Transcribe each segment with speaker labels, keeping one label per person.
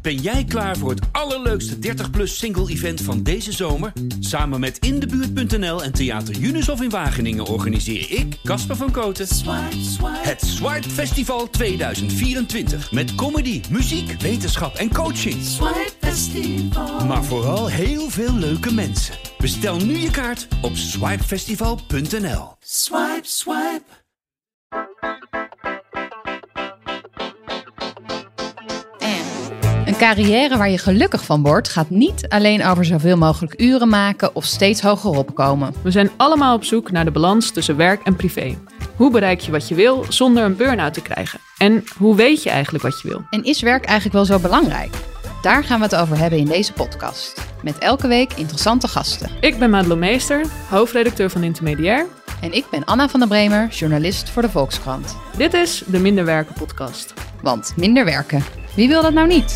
Speaker 1: Ben jij klaar voor het allerleukste 30-plus single-event van deze zomer? Samen met Indebuurt.nl en Theater Junushof in Wageningen organiseer ik, Casper van Kooten, het Swipe Festival 2024. Met comedy, muziek, wetenschap en coaching.
Speaker 2: Swipe Festival.
Speaker 1: Maar vooral heel veel leuke mensen. Bestel nu je kaart op swipefestival.nl.
Speaker 2: Swipe, swipe.
Speaker 3: Een carrière waar je gelukkig van wordt gaat niet alleen over zoveel mogelijk uren maken of steeds hoger opkomen.
Speaker 4: We zijn allemaal op zoek naar de balans tussen werk en privé. Hoe bereik je wat je wil zonder een burn-out te krijgen? En hoe weet je eigenlijk wat je wil?
Speaker 3: En is werk eigenlijk wel zo belangrijk? Daar gaan we het over hebben in deze podcast. Met elke week interessante gasten.
Speaker 4: Ik ben Madelon Meester, hoofdredacteur van Intermediair.
Speaker 3: En ik ben Anna van der Bremer, journalist voor de Volkskrant.
Speaker 4: Dit is de Minder Werken podcast.
Speaker 3: Want minder werken, wie wil dat nou niet?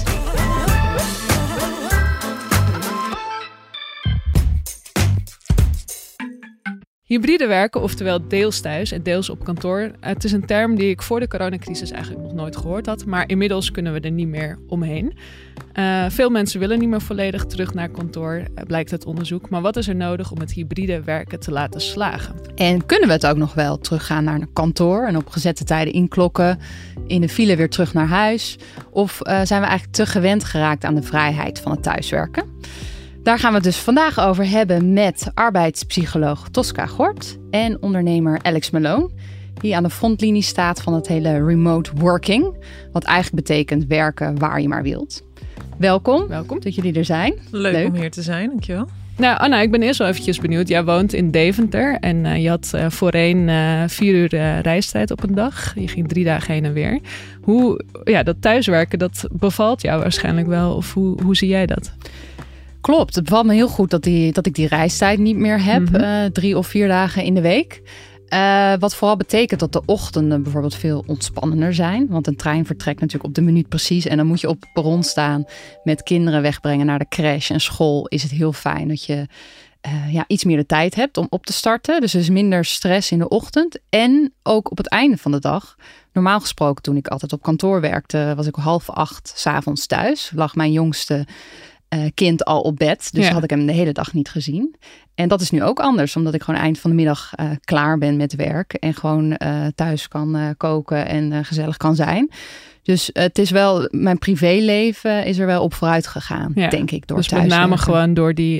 Speaker 4: Hybride werken, oftewel deels thuis en deels op kantoor. Het is een term die ik voor de coronacrisis eigenlijk nog nooit gehoord had. Maar inmiddels kunnen we er niet meer omheen. Veel mensen willen niet meer volledig terug naar kantoor, blijkt uit onderzoek. Maar wat is er nodig om het hybride werken te laten slagen?
Speaker 3: En kunnen we het ook nog wel teruggaan naar een kantoor en op gezette tijden inklokken, in de file weer terug naar huis? Of zijn we eigenlijk te gewend geraakt aan de vrijheid van het thuiswerken? Daar gaan we het dus vandaag over hebben met arbeidspsycholoog Tosca Gort en ondernemer Alex Malone, die aan de frontlinie staat van het hele remote working, wat eigenlijk betekent werken waar je maar wilt. Welkom dat jullie er zijn.
Speaker 5: Leuk om hier te zijn, dankjewel.
Speaker 4: Nou, Anna, ik ben eerst wel eventjes benieuwd. Jij woont in Deventer en je had voorheen 4 uur reistijd op een dag. Je ging 3 dagen heen en weer. Dat thuiswerken, dat bevalt jou waarschijnlijk wel. Of hoe zie jij dat?
Speaker 3: Klopt, het bevalt me heel goed dat ik die reistijd niet meer heb. 3 of 4 dagen in de week. Wat vooral betekent dat de ochtenden bijvoorbeeld veel ontspannender zijn. Want een trein vertrekt natuurlijk op de minuut precies. En dan moet je op het perron staan met kinderen wegbrengen naar de crash en school. Is het heel fijn dat je iets meer de tijd hebt om op te starten. Dus er is minder stress in de ochtend. En ook op het einde van de dag. Normaal gesproken toen ik altijd op kantoor werkte, was ik 7:30 s'avonds thuis. Lag mijn jongste kind al op bed. Dus had ik hem de hele dag niet gezien. En dat is nu ook anders. Omdat ik gewoon eind van de middag klaar ben met werk. En gewoon thuis kan koken en gezellig kan zijn. Dus het is wel, mijn privéleven is er wel op vooruit gegaan, denk ik, door
Speaker 4: dus
Speaker 3: thuiswerken.
Speaker 4: Met name gewoon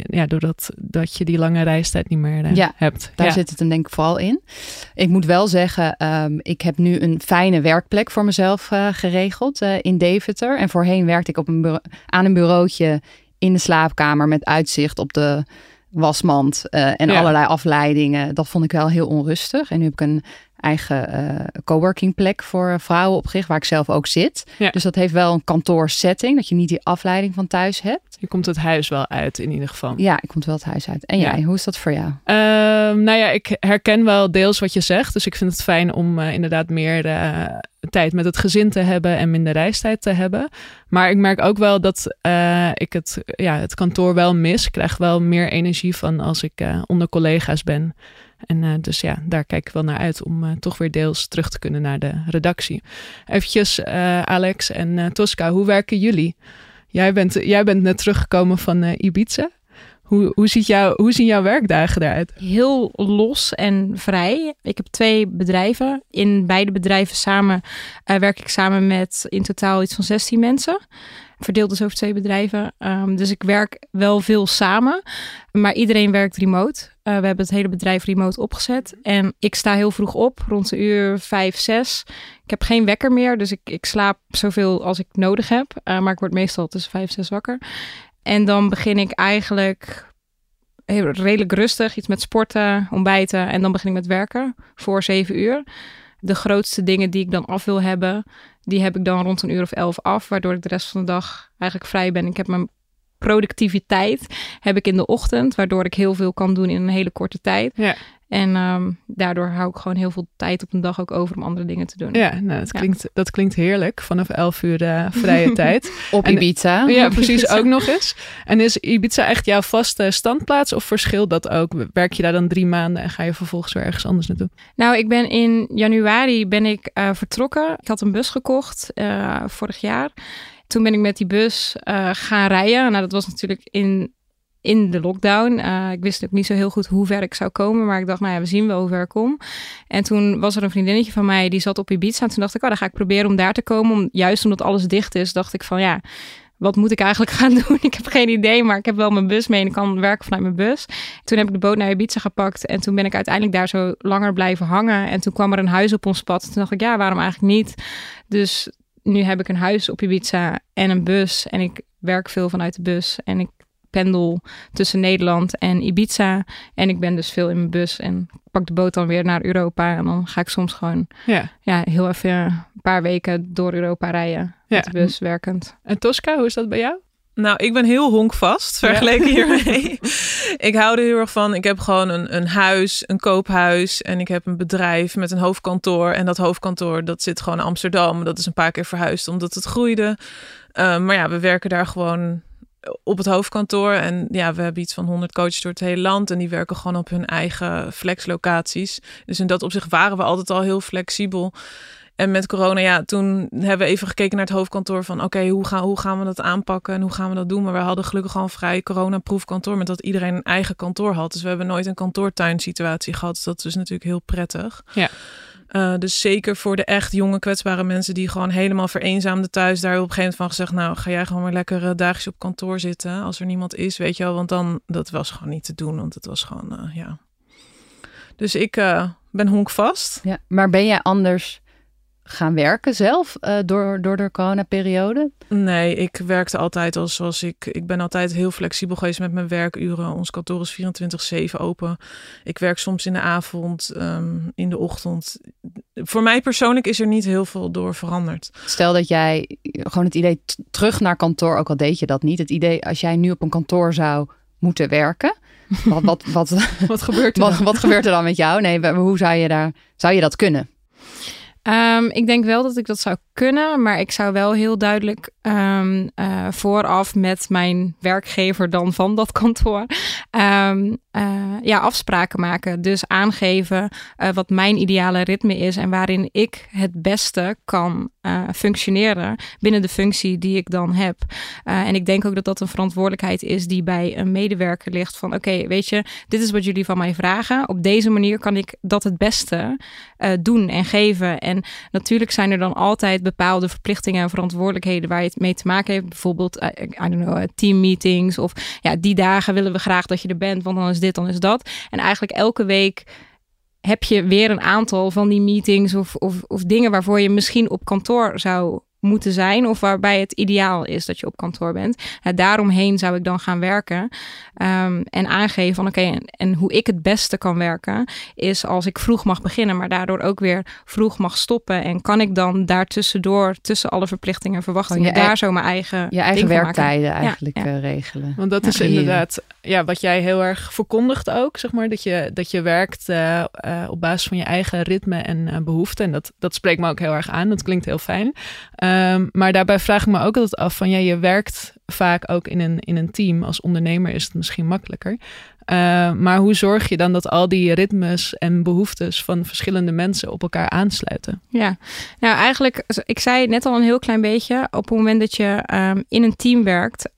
Speaker 4: doordat je die lange reistijd niet meer hebt.
Speaker 3: Daar zit het hem denk ik vooral in. Ik moet wel zeggen, ik heb nu een fijne werkplek voor mezelf geregeld in Deventer. En voorheen werkte ik aan een bureautje in de slaapkamer met uitzicht op de wasmand en allerlei afleidingen. Dat vond ik wel heel onrustig. En nu heb ik een eigen coworking plek voor vrouwen opgericht, waar ik zelf ook zit. Ja. Dus dat heeft wel een kantoorsetting, dat je niet die afleiding van thuis hebt.
Speaker 4: Je komt het huis wel uit in ieder geval.
Speaker 3: Ja, ik kom wel het huis uit. En jij, hoe is dat voor jou?
Speaker 4: Ik herken wel deels wat je zegt. Dus ik vind het fijn om inderdaad meer tijd met het gezin te hebben en minder reistijd te hebben. Maar ik merk ook wel dat ik het kantoor wel mis. Ik krijg wel meer energie van als ik onder collega's ben. En daar kijk ik wel naar uit om toch weer deels terug te kunnen naar de redactie. Eventjes Alex en Tosca, hoe werken jullie? Jij bent net teruggekomen van Ibiza. Hoe zien jouw werkdagen eruit?
Speaker 5: Heel los en vrij. Ik heb 2 bedrijven. In beide bedrijven samen werk ik samen met in totaal iets van 16 mensen. Verdeeld dus over 2 bedrijven. Dus ik werk wel veel samen. Maar iedereen werkt remote. We hebben het hele bedrijf remote opgezet. En ik sta heel vroeg op, rond de uur 5, 6. Ik heb geen wekker meer, dus ik slaap zoveel als ik nodig heb. Maar ik word meestal tussen 5 en 6 wakker. En dan begin ik eigenlijk redelijk rustig. Iets met sporten, ontbijten. En dan begin ik met werken voor 7 uur. De grootste dingen die ik dan af wil hebben, die heb ik dan rond een uur of 11 af. Waardoor ik de rest van de dag eigenlijk vrij ben. Ik heb mijn productiviteit heb ik in de ochtend, waardoor ik heel veel kan doen in een hele korte tijd. Ja. En daardoor hou ik gewoon heel veel tijd op een dag ook over om andere dingen te doen.
Speaker 4: Ja, dat klinkt heerlijk. Vanaf 11 uur vrije tijd.
Speaker 3: Op Ibiza.
Speaker 4: Ja, precies. Ook nog eens. En is Ibiza echt jouw vaste standplaats of verschilt dat ook? Werk je daar dan 3 maanden en ga je vervolgens weer ergens anders naartoe?
Speaker 5: Nou, ik ben in januari vertrokken. Ik had een bus gekocht vorig jaar. Toen ben ik met die bus gaan rijden. Nou, dat was natuurlijk in de lockdown. Ik wist ook niet zo heel goed hoe ver ik zou komen. Maar ik dacht, nou ja, we zien wel hoe ver ik kom. En toen was er een vriendinnetje van mij, die zat op Ibiza. En toen dacht ik, dan ga ik proberen om daar te komen. Juist omdat alles dicht is, dacht ik van ja, wat moet ik eigenlijk gaan doen? Ik heb geen idee, maar ik heb wel mijn bus mee en ik kan werken vanuit mijn bus. Toen heb ik de boot naar Ibiza gepakt en toen ben ik uiteindelijk daar zo langer blijven hangen. En toen kwam er een huis op ons pad. Toen dacht ik, ja, waarom eigenlijk niet? Dus nu heb ik een huis op Ibiza en een bus en ik werk veel vanuit de bus. En ik pendel tussen Nederland en Ibiza. En ik ben dus veel in mijn bus en pak de boot dan weer naar Europa. En dan ga ik soms gewoon heel even een paar weken door Europa rijden. Met de bus werkend.
Speaker 4: En Tosca, hoe is dat bij jou?
Speaker 6: Nou, ik ben heel honkvast vergeleken hiermee. Ik hou er heel erg van. Ik heb gewoon een huis, een koophuis. En ik heb een bedrijf met een hoofdkantoor. En dat hoofdkantoor, dat zit gewoon in Amsterdam. Dat is een paar keer verhuisd omdat het groeide. Maar ja, we werken daar gewoon op het hoofdkantoor. En ja, we hebben iets van 100 coaches door het hele land. En die werken gewoon op hun eigen flexlocaties. Dus in dat opzicht waren we altijd al heel flexibel. En met corona, ja, toen hebben we even gekeken naar het hoofdkantoor van oké, hoe gaan we dat aanpakken en hoe gaan we dat doen? Maar we hadden gelukkig al een vrij coronaproof kantoor met dat iedereen een eigen kantoor had. Dus we hebben nooit een kantoortuinsituatie gehad. Dus dat is natuurlijk heel prettig.
Speaker 4: Ja.
Speaker 6: Dus zeker voor de echt jonge kwetsbare mensen die gewoon helemaal vereenzaamden thuis. Daar op een gegeven moment van gezegd, nou ga jij gewoon maar lekker dagjes op kantoor zitten als er niemand is, weet je wel. Want dan, dat was gewoon niet te doen, want het was gewoon, ja. Dus ik ben honkvast.
Speaker 3: Ja, maar ben jij anders gaan werken zelf door de coronaperiode?
Speaker 6: Nee, ik werkte altijd zoals ik ben altijd heel flexibel geweest met mijn werkuren. Ons kantoor is 24/7 open. Ik werk soms in de avond, in de ochtend. Voor mij persoonlijk is er niet heel veel door veranderd.
Speaker 3: Stel dat jij gewoon het idee terug naar kantoor, ook al deed je dat niet. Het idee als jij nu op een kantoor zou moeten werken. Wat gebeurt er dan? Wat gebeurt er dan met jou? Nee, hoe zou je dat kunnen?
Speaker 5: Ik denk wel dat ik dat zou kunnen, maar ik zou wel heel duidelijk vooraf met mijn werkgever dan van dat kantoor afspraken maken. Dus aangeven wat mijn ideale ritme is en waarin ik het beste kan functioneren binnen de functie die ik dan heb. En ik denk ook dat dat een verantwoordelijkheid is die bij een medewerker ligt van oké, weet je, dit is wat jullie van mij vragen. Op deze manier kan ik dat het beste doen en geven. En natuurlijk zijn er dan altijd bepaalde verplichtingen en verantwoordelijkheden waar je het mee te maken heeft. Bijvoorbeeld, teammeetings of ja, die dagen willen we graag dat je er bent, want dan is dit, dan is dat. En eigenlijk elke week heb je weer een aantal van die meetings of dingen waarvoor je misschien op kantoor zou moeten zijn of waarbij het ideaal is dat je op kantoor bent. Daaromheen zou ik dan gaan werken en aangeven van oké, en hoe ik het beste kan werken is als ik vroeg mag beginnen, maar daardoor ook weer vroeg mag stoppen. En kan ik dan daartussendoor, tussen alle verplichtingen en verwachtingen, daar zo mijn eigen
Speaker 3: werktijden eigenlijk regelen.
Speaker 4: Want dat is inderdaad wat jij heel erg verkondigt ook, zeg maar, dat je werkt op basis van je eigen ritme en behoeften. En dat spreekt me ook heel erg aan. Dat klinkt heel fijn. Maar daarbij vraag ik me ook altijd af van je werkt vaak ook in een team. Als ondernemer is het misschien makkelijker. Maar hoe zorg je dan dat al die ritmes en behoeftes van verschillende mensen op elkaar aansluiten? Ja,
Speaker 5: nou eigenlijk, ik zei het net al een heel klein beetje. Op het moment dat je in een team werkt,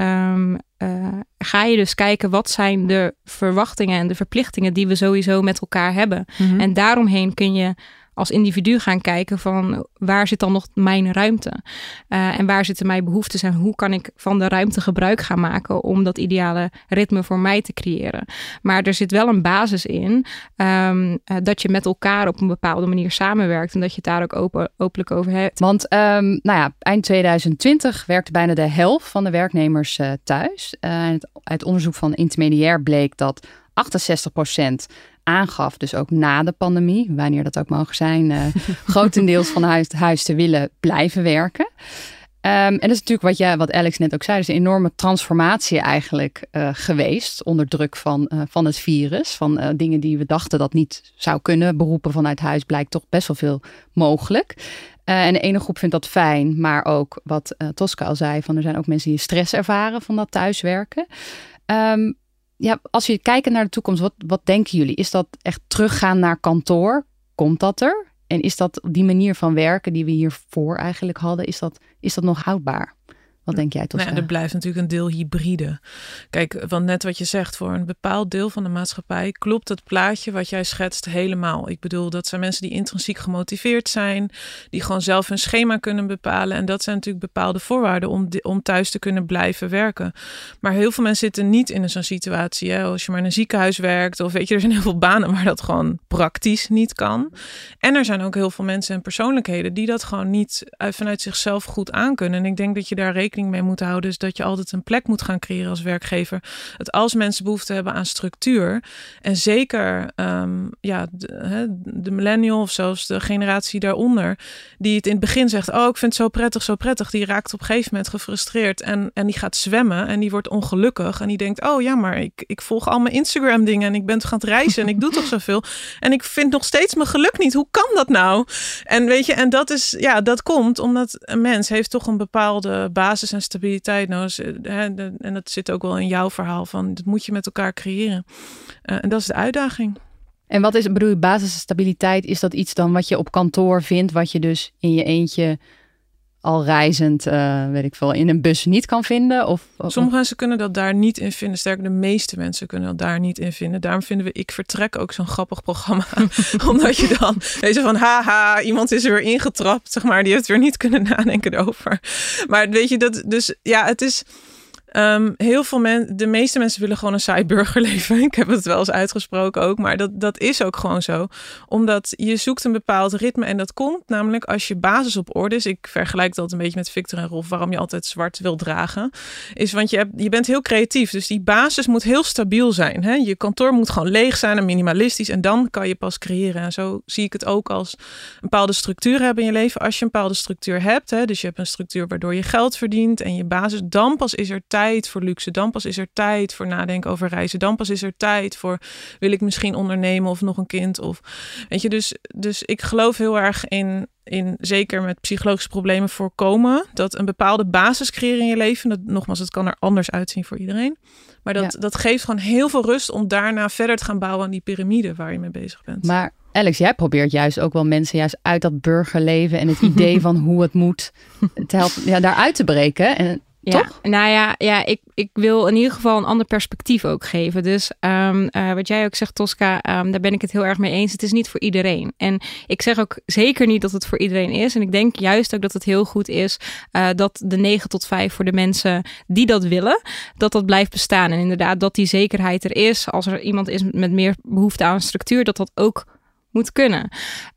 Speaker 5: ga je dus kijken wat zijn de verwachtingen en de verplichtingen die we sowieso met elkaar hebben. Mm-hmm. En daaromheen kun je als individu gaan kijken van waar zit dan nog mijn ruimte? En waar zitten mijn behoeftes en hoe kan ik van de ruimte gebruik gaan maken om dat ideale ritme voor mij te creëren? Maar er zit wel een basis in dat je met elkaar op een bepaalde manier samenwerkt en dat je het daar ook openlijk over hebt.
Speaker 3: Want eind 2020 werkte bijna de helft van de werknemers thuis. Uit onderzoek van Intermediair bleek dat 68% aangaf, dus ook na de pandemie, wanneer dat ook mogen zijn, grotendeels van huis te willen blijven werken. En dat is natuurlijk wat Alex net ook zei, dus een enorme transformatie eigenlijk geweest onder druk van het virus. Van dingen die we dachten dat niet zou kunnen. Beroepen vanuit huis blijkt toch best wel veel mogelijk. En de ene groep vindt dat fijn, maar ook wat Tosca al zei, van er zijn ook mensen die stress ervaren van dat thuiswerken. Als je kijkt naar de toekomst, wat denken jullie? Is dat echt teruggaan naar kantoor? Komt dat er? En is dat die manier van werken die we hiervoor eigenlijk hadden, is dat nog houdbaar? Wat denk jij, Tosca?
Speaker 6: Er blijft natuurlijk een deel hybride. Kijk, want net wat je zegt, voor een bepaald deel van de maatschappij klopt het plaatje wat jij schetst helemaal. Ik bedoel, dat zijn mensen die intrinsiek gemotiveerd zijn, die gewoon zelf hun schema kunnen bepalen. En dat zijn natuurlijk bepaalde voorwaarden om thuis te kunnen blijven werken. Maar heel veel mensen zitten niet in zo'n situatie. Hè? Als je maar in een ziekenhuis werkt, of weet je, er zijn heel veel banen waar dat gewoon praktisch niet kan. En er zijn ook heel veel mensen en persoonlijkheden die dat gewoon niet vanuit zichzelf goed aankunnen. En ik denk dat je daar rekening mee moet houden, is dat je altijd een plek moet gaan creëren als werkgever. Dat als mensen behoefte hebben aan structuur, en zeker de millennial of zelfs de generatie daaronder, die het in het begin zegt, ik vind het zo prettig, die raakt op een gegeven moment gefrustreerd en die gaat zwemmen en die wordt ongelukkig en die denkt, maar ik volg al mijn Instagram dingen en ik ben toch aan het reizen en ik doe toch zoveel en ik vind nog steeds mijn geluk niet. Hoe kan dat nou? En weet je, en dat komt omdat een mens heeft toch een bepaalde basis en stabiliteit nodig. En dat zit ook wel in jouw verhaal van, dat moet je met elkaar creëren. En dat is de uitdaging.
Speaker 3: En wat bedoel je, basis en stabiliteit? Is dat iets dan wat je op kantoor vindt, wat je dus in je eentje al reizend, weet ik veel, in een bus niet kan vinden? Of
Speaker 6: sommige mensen kunnen dat daar niet in vinden. Sterker, de meeste mensen kunnen dat daar niet in vinden. Daarom vinden we Ik Vertrek ook zo'n grappig programma. Omdat je dan weet van, haha, iemand is er weer ingetrapt, zeg maar. Die heeft weer niet kunnen nadenken over. Maar weet je, het is... heel veel de meeste mensen willen gewoon een saai burgerleven. Ik heb het wel eens uitgesproken ook, maar dat is ook gewoon zo. Omdat je zoekt een bepaald ritme en dat komt namelijk als je basis op orde is. Ik vergelijk dat een beetje met Victor en Rolf, waarom je altijd zwart wil dragen. Is want je bent heel creatief, dus die basis moet heel stabiel zijn. Hè? Je kantoor moet gewoon leeg zijn en minimalistisch en dan kan je pas creëren. En zo zie ik het ook als een bepaalde structuur hebben in je leven. Als je een bepaalde structuur hebt, hè, dus je hebt een structuur waardoor je geld verdient en je basis, dan pas is er tijd voor luxe, dan pas is er tijd voor nadenken over reizen, dan pas is er tijd voor, wil ik misschien ondernemen of nog een kind, of weet je, dus ik geloof heel erg in zeker met psychologische problemen voorkomen, dat een bepaalde basis creëren in je leven, dat nogmaals, het kan er anders uitzien voor iedereen, maar dat geeft gewoon heel veel rust om daarna verder te gaan bouwen aan die piramide waar je mee bezig bent.
Speaker 3: Maar Alex, jij probeert juist ook wel mensen juist uit dat burgerleven en het idee van hoe het moet te helpen, daaruit te breken. En toch?
Speaker 5: Nou ja, ik wil in ieder geval een ander perspectief ook geven. Dus wat jij ook zegt, Tosca, daar ben ik het heel erg mee eens. Het is niet voor iedereen. En ik zeg ook zeker niet dat het voor iedereen is. En ik denk juist ook dat het heel goed is dat de 9 tot 5 voor de mensen die dat willen, dat blijft bestaan. En inderdaad, dat die zekerheid er is. Als er iemand is met meer behoefte aan structuur, dat ook moet kunnen.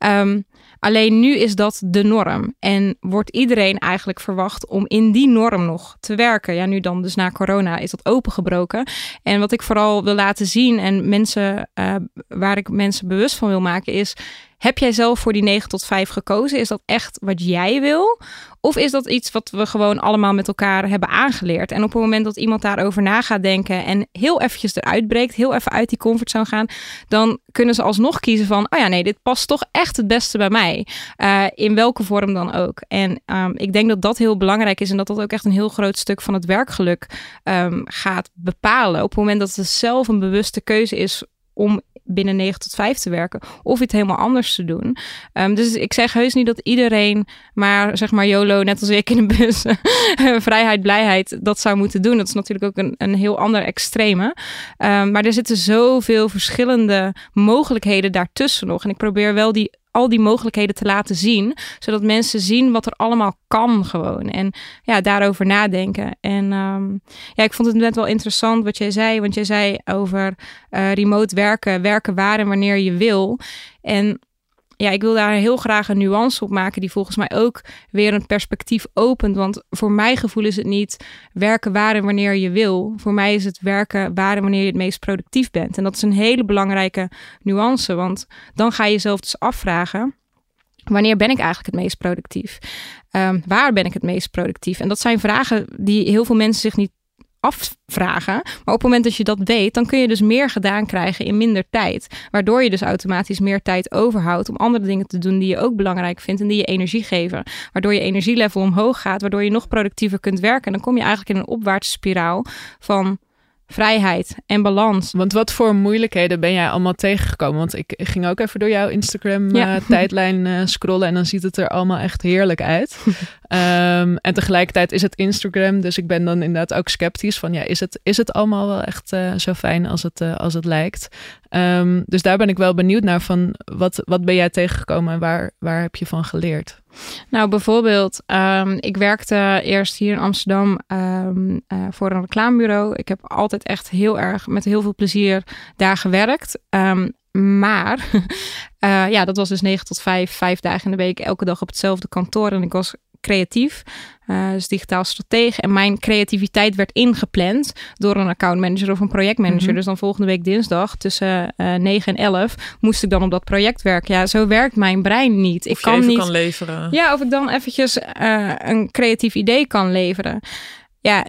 Speaker 5: Alleen nu is dat de norm. En wordt iedereen eigenlijk verwacht om in die norm nog te werken. Ja, nu dan dus na corona is dat opengebroken. En wat ik vooral wil laten zien en mensen waar ik mensen bewust van wil maken is, heb jij zelf voor die 9 tot 5 gekozen? Is dat echt wat jij wil? Of is dat iets wat we gewoon allemaal met elkaar hebben aangeleerd? En op het moment dat iemand daarover na gaat denken en heel eventjes eruit breekt, heel even uit die comfortzone gaan, dan kunnen ze alsnog kiezen van, dit past toch echt het beste bij mij. In welke vorm dan ook. En ik denk dat dat heel belangrijk is en dat ook echt een heel groot stuk van het werkgeluk gaat bepalen. Op het moment dat het zelf een bewuste keuze is om binnen 9 tot 5 te werken of iets helemaal anders te doen. Dus ik zeg heus niet dat iedereen maar zeg maar YOLO, net als ik in de bus, vrijheid, blijheid, dat zou moeten doen. Dat is natuurlijk ook een heel ander extreme. Maar er zitten zoveel verschillende mogelijkheden daartussen nog. En ik probeer wel al die mogelijkheden te laten zien, zodat mensen zien wat er allemaal kan gewoon. En daarover nadenken. En ik vond het net wel interessant wat jij zei, want jij zei over remote werken waar en wanneer je wil. En ik wil daar heel graag een nuance op maken die volgens mij ook weer een perspectief opent. Want voor mijn gevoel is het niet werken waar en wanneer je wil. Voor mij is het werken waar en wanneer je het meest productief bent. En dat is een hele belangrijke nuance, want dan ga je jezelf dus afvragen, wanneer ben ik eigenlijk het meest productief? Waar ben ik het meest productief? En dat zijn vragen die heel veel mensen zich niet afvragen. Maar op het moment dat je dat weet, dan kun je dus meer gedaan krijgen in minder tijd. Waardoor je dus automatisch meer tijd overhoudt om andere dingen te doen die je ook belangrijk vindt en die je energie geven. Waardoor je energielevel omhoog gaat, waardoor je nog productiever kunt werken. En dan kom je eigenlijk in een opwaartse spiraal van vrijheid en balans.
Speaker 4: Want wat voor moeilijkheden ben jij allemaal tegengekomen? Want ik ging ook even door jouw Instagram-tijdlijn scrollen en dan ziet het er allemaal echt heerlijk uit. En tegelijkertijd is het Instagram, dus ik ben dan inderdaad ook sceptisch van is het allemaal wel echt zo fijn als het lijkt? Dus daar ben ik wel benieuwd naar van wat ben jij tegengekomen en waar heb je van geleerd?
Speaker 5: Nou, bijvoorbeeld, ik werkte eerst hier in Amsterdam voor een reclamebureau. Ik heb altijd echt heel erg met heel veel plezier daar gewerkt. Maar dat was dus 9 tot 5 dagen in de week, elke dag op hetzelfde kantoor. En ik was creatief, dus digitaal stratege. En mijn creativiteit werd ingepland door een accountmanager of een projectmanager. Mm-hmm. Dus dan volgende week dinsdag tussen 9 en 11 moest ik dan op dat project werken. Ja, zo werkt mijn brein niet.
Speaker 6: Of je even kan leveren.
Speaker 5: Ja, of ik dan eventjes een creatief idee kan leveren. Ja,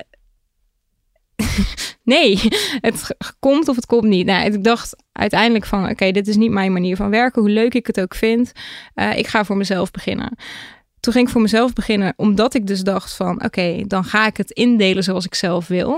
Speaker 5: nee, het komt of het komt niet. Nou, ik dacht uiteindelijk van oké, dit is niet mijn manier van werken. Hoe leuk ik het ook vind. Ik ga voor mezelf beginnen. Toen ging ik voor mezelf beginnen, omdat ik dus dacht van oké, dan ga ik het indelen zoals ik zelf wil.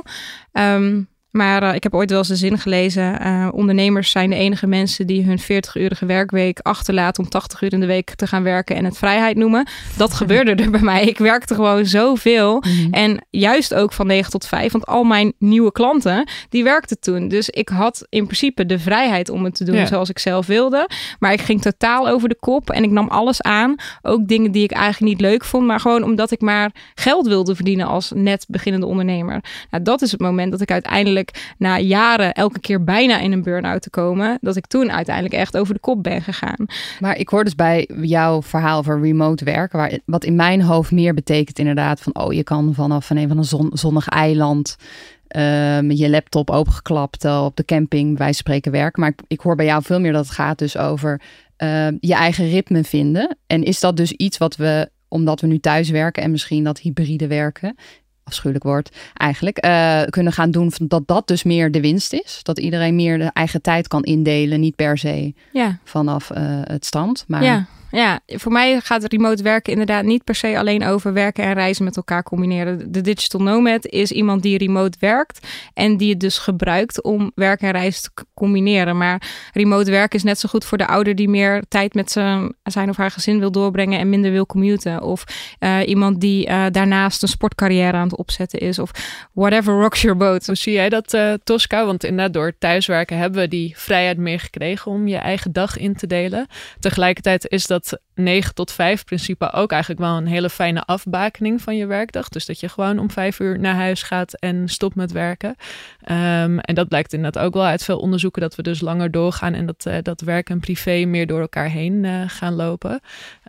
Speaker 5: Maar ik heb ooit wel eens de zin gelezen. Ondernemers zijn de enige mensen die hun 40-urige werkweek achterlaten om 80 uur in de week te gaan werken en het vrijheid noemen. Dat gebeurde er bij mij. Ik werkte gewoon zoveel. Mm-hmm. En juist ook van 9 tot 5. Want al mijn nieuwe klanten, die werkten toen. Dus ik had in principe de vrijheid om het te doen zoals ik zelf wilde. Maar ik ging totaal over de kop en ik nam alles aan. Ook dingen die ik eigenlijk niet leuk vond. Maar gewoon omdat ik maar geld wilde verdienen als net beginnende ondernemer. Nou, dat is het moment dat ik uiteindelijk na jaren elke keer bijna in een burn-out te komen, dat ik toen uiteindelijk echt over de kop ben gegaan.
Speaker 3: Maar ik hoor dus bij jouw verhaal over remote werken, wat in mijn hoofd meer betekent inderdaad van je kan vanaf een zonnig eiland met je laptop opengeklapt op de camping bij wijze van spreken werken. Maar ik hoor bij jou veel meer dat het gaat dus over je eigen ritme vinden. En is dat dus iets wat we, omdat we nu thuis werken en misschien dat hybride werken, afschuwelijk woord eigenlijk, kunnen gaan doen dat dus meer de winst is. Dat iedereen meer de eigen tijd kan indelen. Niet per se vanaf het strand. Maar
Speaker 5: Ja, voor mij gaat remote werken inderdaad niet per se alleen over werken en reizen met elkaar combineren. De digital nomad is iemand die remote werkt en die het dus gebruikt om werk en reizen te combineren. Maar remote werken is net zo goed voor de ouder die meer tijd met zijn of haar gezin wil doorbrengen en minder wil commuten. Of iemand die daarnaast een sportcarrière aan het opzetten is. Of whatever rocks your boat.
Speaker 4: Hoe zie jij dat, Tosca? Want inderdaad door thuiswerken hebben we die vrijheid meer gekregen om je eigen dag in te delen. Tegelijkertijd is dat 9 tot 5 principe ook eigenlijk wel een hele fijne afbakening van je werkdag. Dus dat je gewoon om 5 uur naar huis gaat en stopt met werken. En dat blijkt inderdaad ook wel uit veel onderzoeken dat we dus langer doorgaan en dat werk en privé meer door elkaar heen gaan lopen.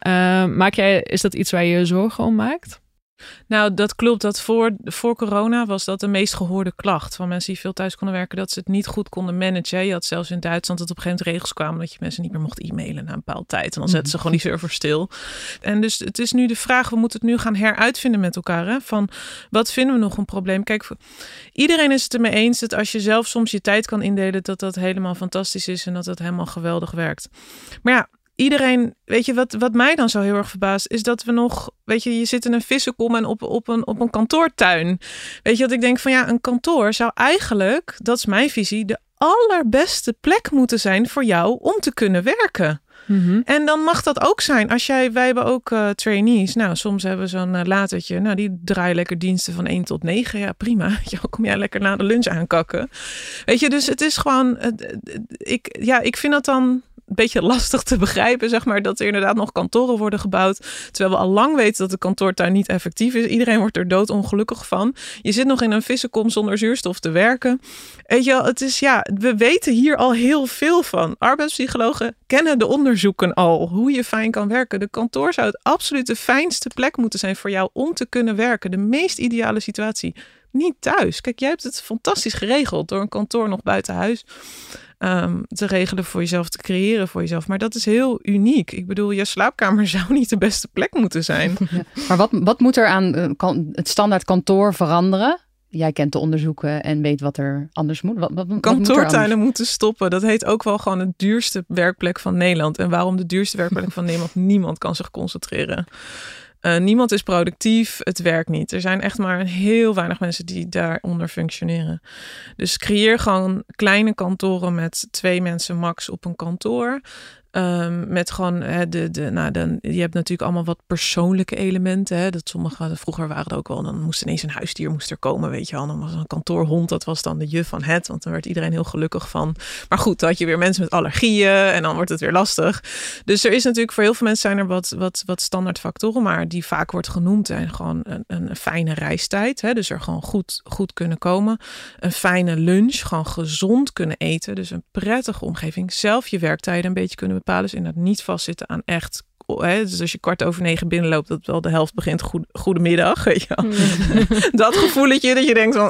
Speaker 4: Is dat iets waar je je zorgen om maakt?
Speaker 6: Nou, dat klopt. Dat voor corona was dat de meest gehoorde klacht van mensen die veel thuis konden werken, dat ze het niet goed konden managen. Je had zelfs in Duitsland dat op een gegeven moment regels kwamen dat je mensen niet meer mocht e-mailen na een bepaalde tijd. En dan zetten ze gewoon die server stil. En dus het is nu de vraag, we moeten het nu gaan heruitvinden met elkaar. Hè? Van, wat vinden we nog een probleem? Kijk, iedereen is het ermee eens dat als je zelf soms je tijd kan indelen, dat helemaal fantastisch is en dat het helemaal geweldig werkt. Maar ja, iedereen, weet je, wat mij dan zo heel erg verbaast, is dat we nog, weet je zit in een vissenkom en op een kantoortuin. Weet je, dat ik denk van een kantoor zou eigenlijk, dat is mijn visie, de allerbeste plek moeten zijn voor jou om te kunnen werken. Mm-hmm. En dan mag dat ook zijn. Wij hebben ook trainees. Nou, soms hebben we zo'n latertje. Nou, die draaien lekker diensten van 1 tot 9. Ja, prima. Kom jij lekker na de lunch aankakken. Weet je, dus het is gewoon, ik vind dat dan een beetje lastig te begrijpen, zeg maar, dat er inderdaad nog kantoren worden gebouwd, terwijl we al lang weten dat de kantoortuin niet effectief is. Iedereen wordt er doodongelukkig van. Je zit nog in een vissenkom zonder zuurstof te werken. Weet je wel, het is, we weten hier al heel veel van. Arbeidspsychologen kennen de onderzoeken al, hoe je fijn kan werken. De kantoor zou het absoluut de fijnste plek moeten zijn voor jou om te kunnen werken. De meest ideale situatie. Niet thuis. Kijk, jij hebt het fantastisch geregeld door een kantoor nog buiten huis te regelen voor jezelf, te creëren voor jezelf. Maar dat is heel uniek. Ik bedoel, je slaapkamer zou niet de beste plek moeten zijn.
Speaker 3: Ja. Maar wat moet er aan het standaard kantoor veranderen? Jij kent de onderzoeken en weet wat er anders moet.
Speaker 6: Kantoortuinen moeten stoppen. Dat heet ook wel gewoon de duurste werkplek van Nederland. En waarom de duurste werkplek van Nederland? Niemand kan zich concentreren. Niemand is productief. Het werkt niet. Er zijn echt maar heel weinig mensen die daaronder functioneren. Dus creëer gewoon kleine kantoren met 2 mensen max op een kantoor. Met gewoon je hebt natuurlijk allemaal wat persoonlijke elementen. Hè, dat sommige vroeger waren er ook wel. Dan moest ineens een huisdier er komen, weet je wel. Dan was een kantoorhond, dat was dan de juf van het. Want dan werd iedereen heel gelukkig van. Maar goed, dan had je weer mensen met allergieën en dan wordt het weer lastig. Dus er is natuurlijk voor heel veel mensen zijn er wat standaard factoren, maar die vaak wordt genoemd en gewoon een fijne reistijd. Hè, dus er gewoon goed kunnen komen. Een fijne lunch, gewoon gezond kunnen eten. Dus een prettige omgeving. Zelf je werktijden een beetje kunnen bepalen. Dus inderdaad niet vastzitten aan echt. Dus als je 9:15 binnenloopt, dat wel de helft begint. Goedemiddag. Weet je wel. Dat gevoeletje dat je denkt van.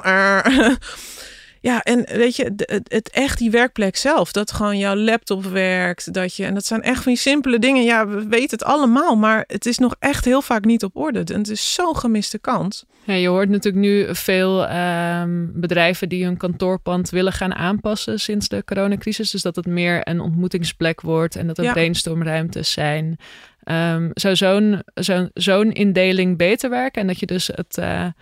Speaker 6: Ja, en weet je, het echt die werkplek zelf. Dat gewoon jouw laptop werkt. En dat zijn echt van die simpele dingen. Ja, we weten het allemaal. Maar het is nog echt heel vaak niet op orde. En het is zo'n gemiste kans.
Speaker 4: Ja, je hoort natuurlijk nu veel bedrijven die hun kantoorpand willen gaan aanpassen sinds de coronacrisis. Dus dat het meer een ontmoetingsplek wordt en dat er brainstormruimtes zijn. Zou zo'n indeling beter werken? En dat je dus het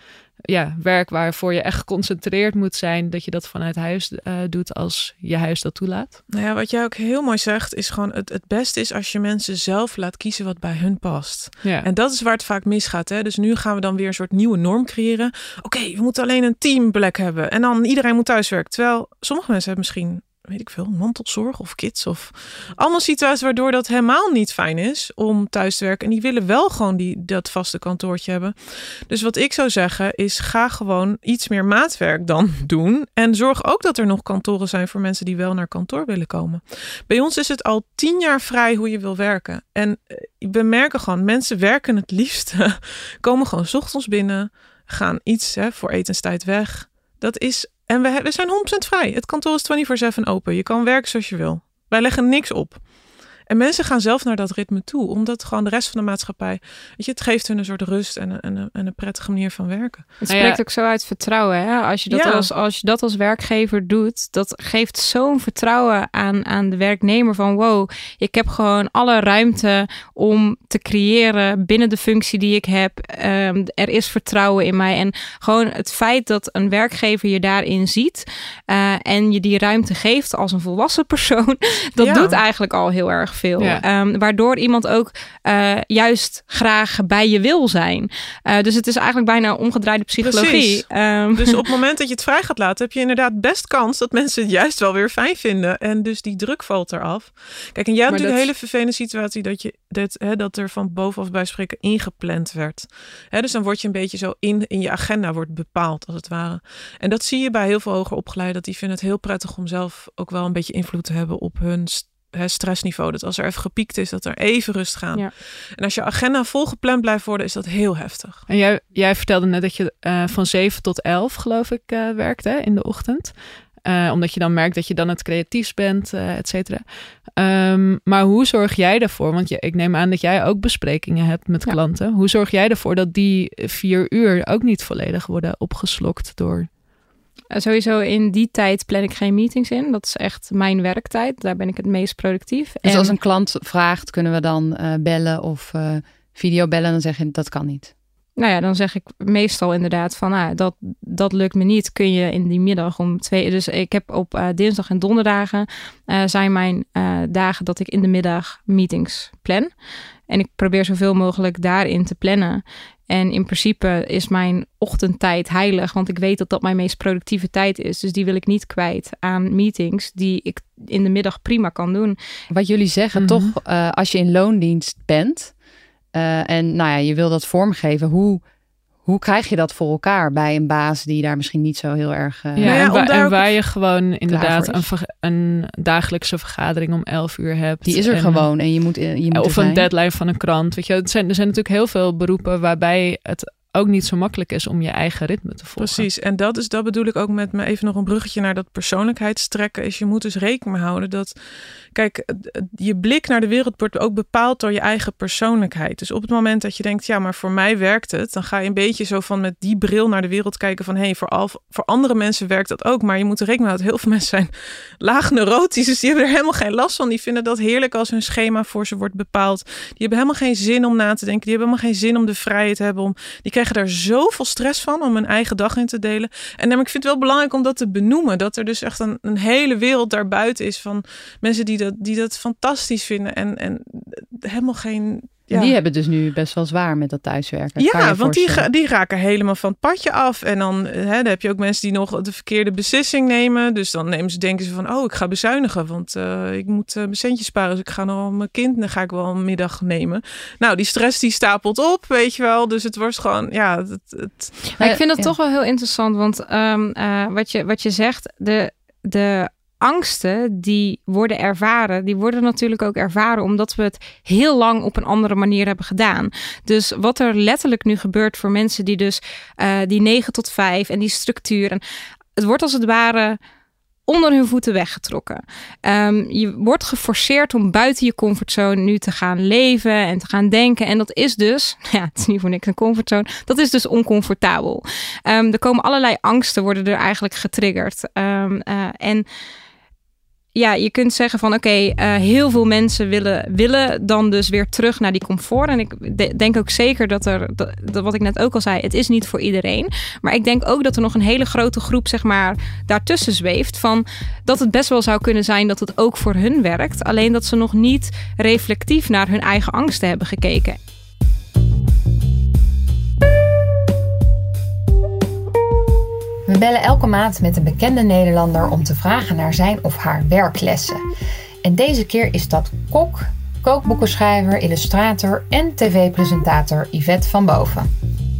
Speaker 4: werk waarvoor je echt geconcentreerd moet zijn, dat je dat vanuit huis doet als je huis dat toelaat?
Speaker 6: Nou ja, wat jij ook heel mooi zegt, is gewoon het beste is als je mensen zelf laat kiezen wat bij hun past. Ja. En dat is waar het vaak misgaat. Hè? Dus nu gaan we dan weer een soort nieuwe norm creëren. Oké, we moeten alleen een teamplek hebben en dan iedereen moet thuiswerken. Terwijl sommige mensen hebben misschien, weet ik veel, mantelzorg of kids of allemaal situaties waardoor dat helemaal niet fijn is om thuis te werken. En die willen wel gewoon dat vaste kantoortje hebben. Dus wat ik zou zeggen is, ga gewoon iets meer maatwerk dan doen. En zorg ook dat er nog kantoren zijn voor mensen die wel naar kantoor willen komen. Bij ons is het al 10 jaar vrij hoe je wil werken. En we merken gewoon, mensen werken het liefste. Komen gewoon 's ochtends binnen, gaan iets voor etenstijd weg. Dat is. En we zijn 100% vrij. Het kantoor is 24/7 open. Je kan werken zoals je wil. Wij leggen niks op. En mensen gaan zelf naar dat ritme toe. Omdat gewoon de rest van de maatschappij, weet je, het geeft hun een soort rust en een prettige manier van werken.
Speaker 5: Het spreekt ook zo uit vertrouwen. Hè? Als je dat als werkgever doet, dat geeft zo'n vertrouwen aan de werknemer van wow, ik heb gewoon alle ruimte om te creëren binnen de functie die ik heb. Er is vertrouwen in mij. En gewoon het feit dat een werkgever je daarin ziet en je die ruimte geeft als een volwassen persoon, dat doet eigenlijk al heel erg veel. Ja. Waardoor iemand ook juist graag bij je wil zijn. Dus het is eigenlijk bijna omgedraaide psychologie.
Speaker 6: Dus op het moment dat je het vrij gaat laten, heb je inderdaad best kans dat mensen het juist wel weer fijn vinden. En dus die druk valt eraf. Kijk, en jij hebt natuurlijk een hele vervelende situatie dat er van bovenaf bij spreken ingepland werd. Dus dan word je een beetje zo in je agenda wordt bepaald, als het ware. En dat zie je bij heel veel hoger opgeleiden, dat die vinden het heel prettig om zelf ook wel een beetje invloed te hebben op hun stressniveau. Dat als er even gepiekt is, dat er even rust gaan. Ja. En als je agenda volgepland blijft worden, is dat heel heftig.
Speaker 4: En jij vertelde net dat je van 7 tot 11, geloof ik, werkt in de ochtend. Omdat je dan merkt dat je dan het creatiefst bent, et cetera. Maar hoe zorg jij ervoor? Want ik neem aan dat jij ook besprekingen hebt met klanten. Hoe zorg jij ervoor dat die 4 uur ook niet volledig worden opgeslokt door?
Speaker 5: Sowieso in die tijd plan ik geen meetings in. Dat is echt mijn werktijd. Daar ben ik het meest productief.
Speaker 3: Dus als een klant vraagt, kunnen we dan bellen of videobellen? Dan zeg je, dat kan niet.
Speaker 5: Nou ja, dan zeg ik meestal inderdaad van, dat lukt me niet. Kun je in die middag om 2... Dus ik heb op dinsdag en donderdagen zijn mijn dagen dat ik in de middag meetings plan. En ik probeer zoveel mogelijk daarin te plannen. En in principe is mijn ochtendtijd heilig, want ik weet dat dat mijn meest productieve tijd is. Dus die wil ik niet kwijt aan meetings die ik in de middag prima kan doen.
Speaker 3: Wat jullie zeggen, toch, als je in loondienst bent en nou ja, je wil dat vormgeven, hoe krijg je dat voor elkaar bij een baas die daar misschien niet zo heel erg...
Speaker 4: en waar je gewoon inderdaad een dagelijkse vergadering om 11 uur hebt.
Speaker 3: Die is er gewoon en je moet
Speaker 4: of een deadline van een krant. Weet je, er zijn natuurlijk heel veel beroepen waarbij het ook niet zo makkelijk is om je eigen ritme te volgen.
Speaker 6: Precies, en dat bedoel ik ook met me even nog een bruggetje naar dat persoonlijkheidstrekken. Is je moet dus rekening houden dat, kijk, je blik naar de wereld wordt ook bepaald door je eigen persoonlijkheid. Dus op het moment dat je denkt, ja, maar voor mij werkt het, dan ga je een beetje zo van met die bril naar de wereld kijken van, voor andere mensen werkt dat ook, maar je moet er rekening houden dat heel veel mensen zijn laag neurotisch, dus die hebben er helemaal geen last van. Die vinden dat heerlijk als hun schema voor ze wordt bepaald. Die hebben helemaal geen zin om na te denken. Die hebben helemaal geen zin om de vrijheid te hebben. Die krijgen daar zoveel stress van om hun eigen dag in te delen. En ik vind het wel belangrijk om dat te benoemen. Dat er dus echt een hele wereld daarbuiten is van mensen die dat fantastisch vinden. En helemaal geen... Ja.
Speaker 3: Die hebben dus nu best wel zwaar met dat thuiswerken.
Speaker 6: Ja, want die raken helemaal van het padje af. En dan heb je ook mensen die nog de verkeerde beslissing nemen. Dus dan denken ze van, ik ga bezuinigen. Want ik moet mijn centjes sparen. Dus ik ga nog mijn kind, dan ga ik wel een middag nemen. Nou, die stress die stapelt op, weet je wel. Dus het wordt gewoon, ja...
Speaker 5: Ik vind dat toch wel heel interessant. Want wat je zegt, de angsten die worden ervaren, die worden natuurlijk ook ervaren omdat we het heel lang op een andere manier hebben gedaan. Dus wat er letterlijk nu gebeurt voor mensen die dus die 9 tot 5 en die structuur, en het wordt als het ware onder hun voeten weggetrokken. Je wordt geforceerd om buiten je comfortzone nu te gaan leven en te gaan denken. En dat is dus, het is niet voor niks een comfortzone, dat is dus oncomfortabel. Er komen allerlei angsten, worden er eigenlijk getriggerd. En ja, je kunt zeggen van heel veel mensen willen dan dus weer terug naar die comfort. En ik denk ook zeker dat wat ik net ook al zei, het is niet voor iedereen. Maar ik denk ook dat er nog een hele grote groep, zeg maar, daartussen zweeft. Van dat het best wel zou kunnen zijn dat het ook voor hun werkt. Alleen dat ze nog niet reflectief naar hun eigen angsten hebben gekeken.
Speaker 7: We bellen elke maand met een bekende Nederlander om te vragen naar zijn of haar werklessen. En deze keer is dat kok, kookboekenschrijver, illustrator en tv-presentator Yvette van Boven.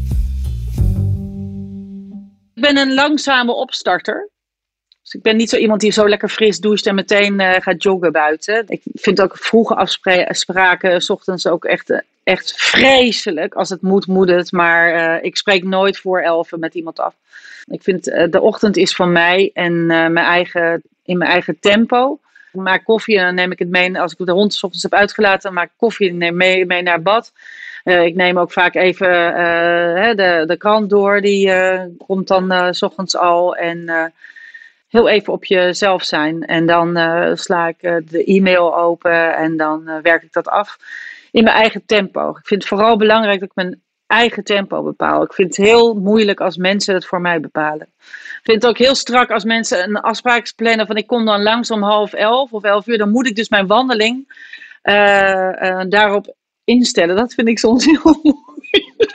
Speaker 8: Ik ben een langzame opstarter. Dus ik ben niet zo iemand die zo lekker fris doucht en meteen gaat joggen buiten. Ik vind ook vroege afspraken 's ochtends ook echt vreselijk. Als het moet het. Maar ik spreek nooit voor 11 met iemand af. Ik vind de ochtend is van mij en in mijn eigen tempo. Ik maak koffie en dan neem ik het mee. Als ik de hond 's ochtends heb uitgelaten, dan maak ik koffie en neem mee naar bad. Ik neem ook vaak even de krant door. Die komt dan 's ochtends al. En heel even op jezelf zijn. En dan sla ik de e-mail open en dan werk ik dat af in mijn eigen tempo. Ik vind het vooral belangrijk dat ik mijn eigen tempo bepaal. Ik vind het heel moeilijk als mensen het voor mij bepalen. Ik vind het ook heel strak als mensen een afspraak plannen van ik kom dan langs om 10:30 of 11:00. Dan moet ik dus mijn wandeling daarop instellen. Dat vind ik soms heel moeilijk.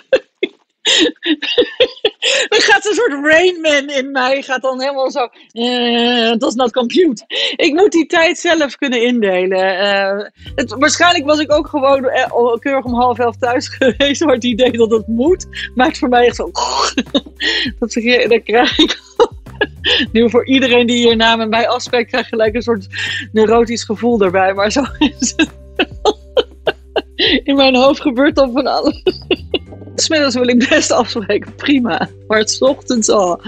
Speaker 8: Dan gaat een soort Rain Man in mij. Gaat dan helemaal zo. Does not compute. Ik moet die tijd zelf kunnen indelen. Waarschijnlijk was ik ook gewoon keurig om 10:30 thuis geweest. Maar het idee dat het moet, maakt voor mij echt zo. Dat krijg ik. Nu voor iedereen die hierna met mij afspreekt, krijg je gelijk een soort neurotisch gevoel erbij. Maar zo is het. In mijn hoofd gebeurt dan van alles. 's Middags wil ik best afspreken, prima. Maar het 's ochtends al.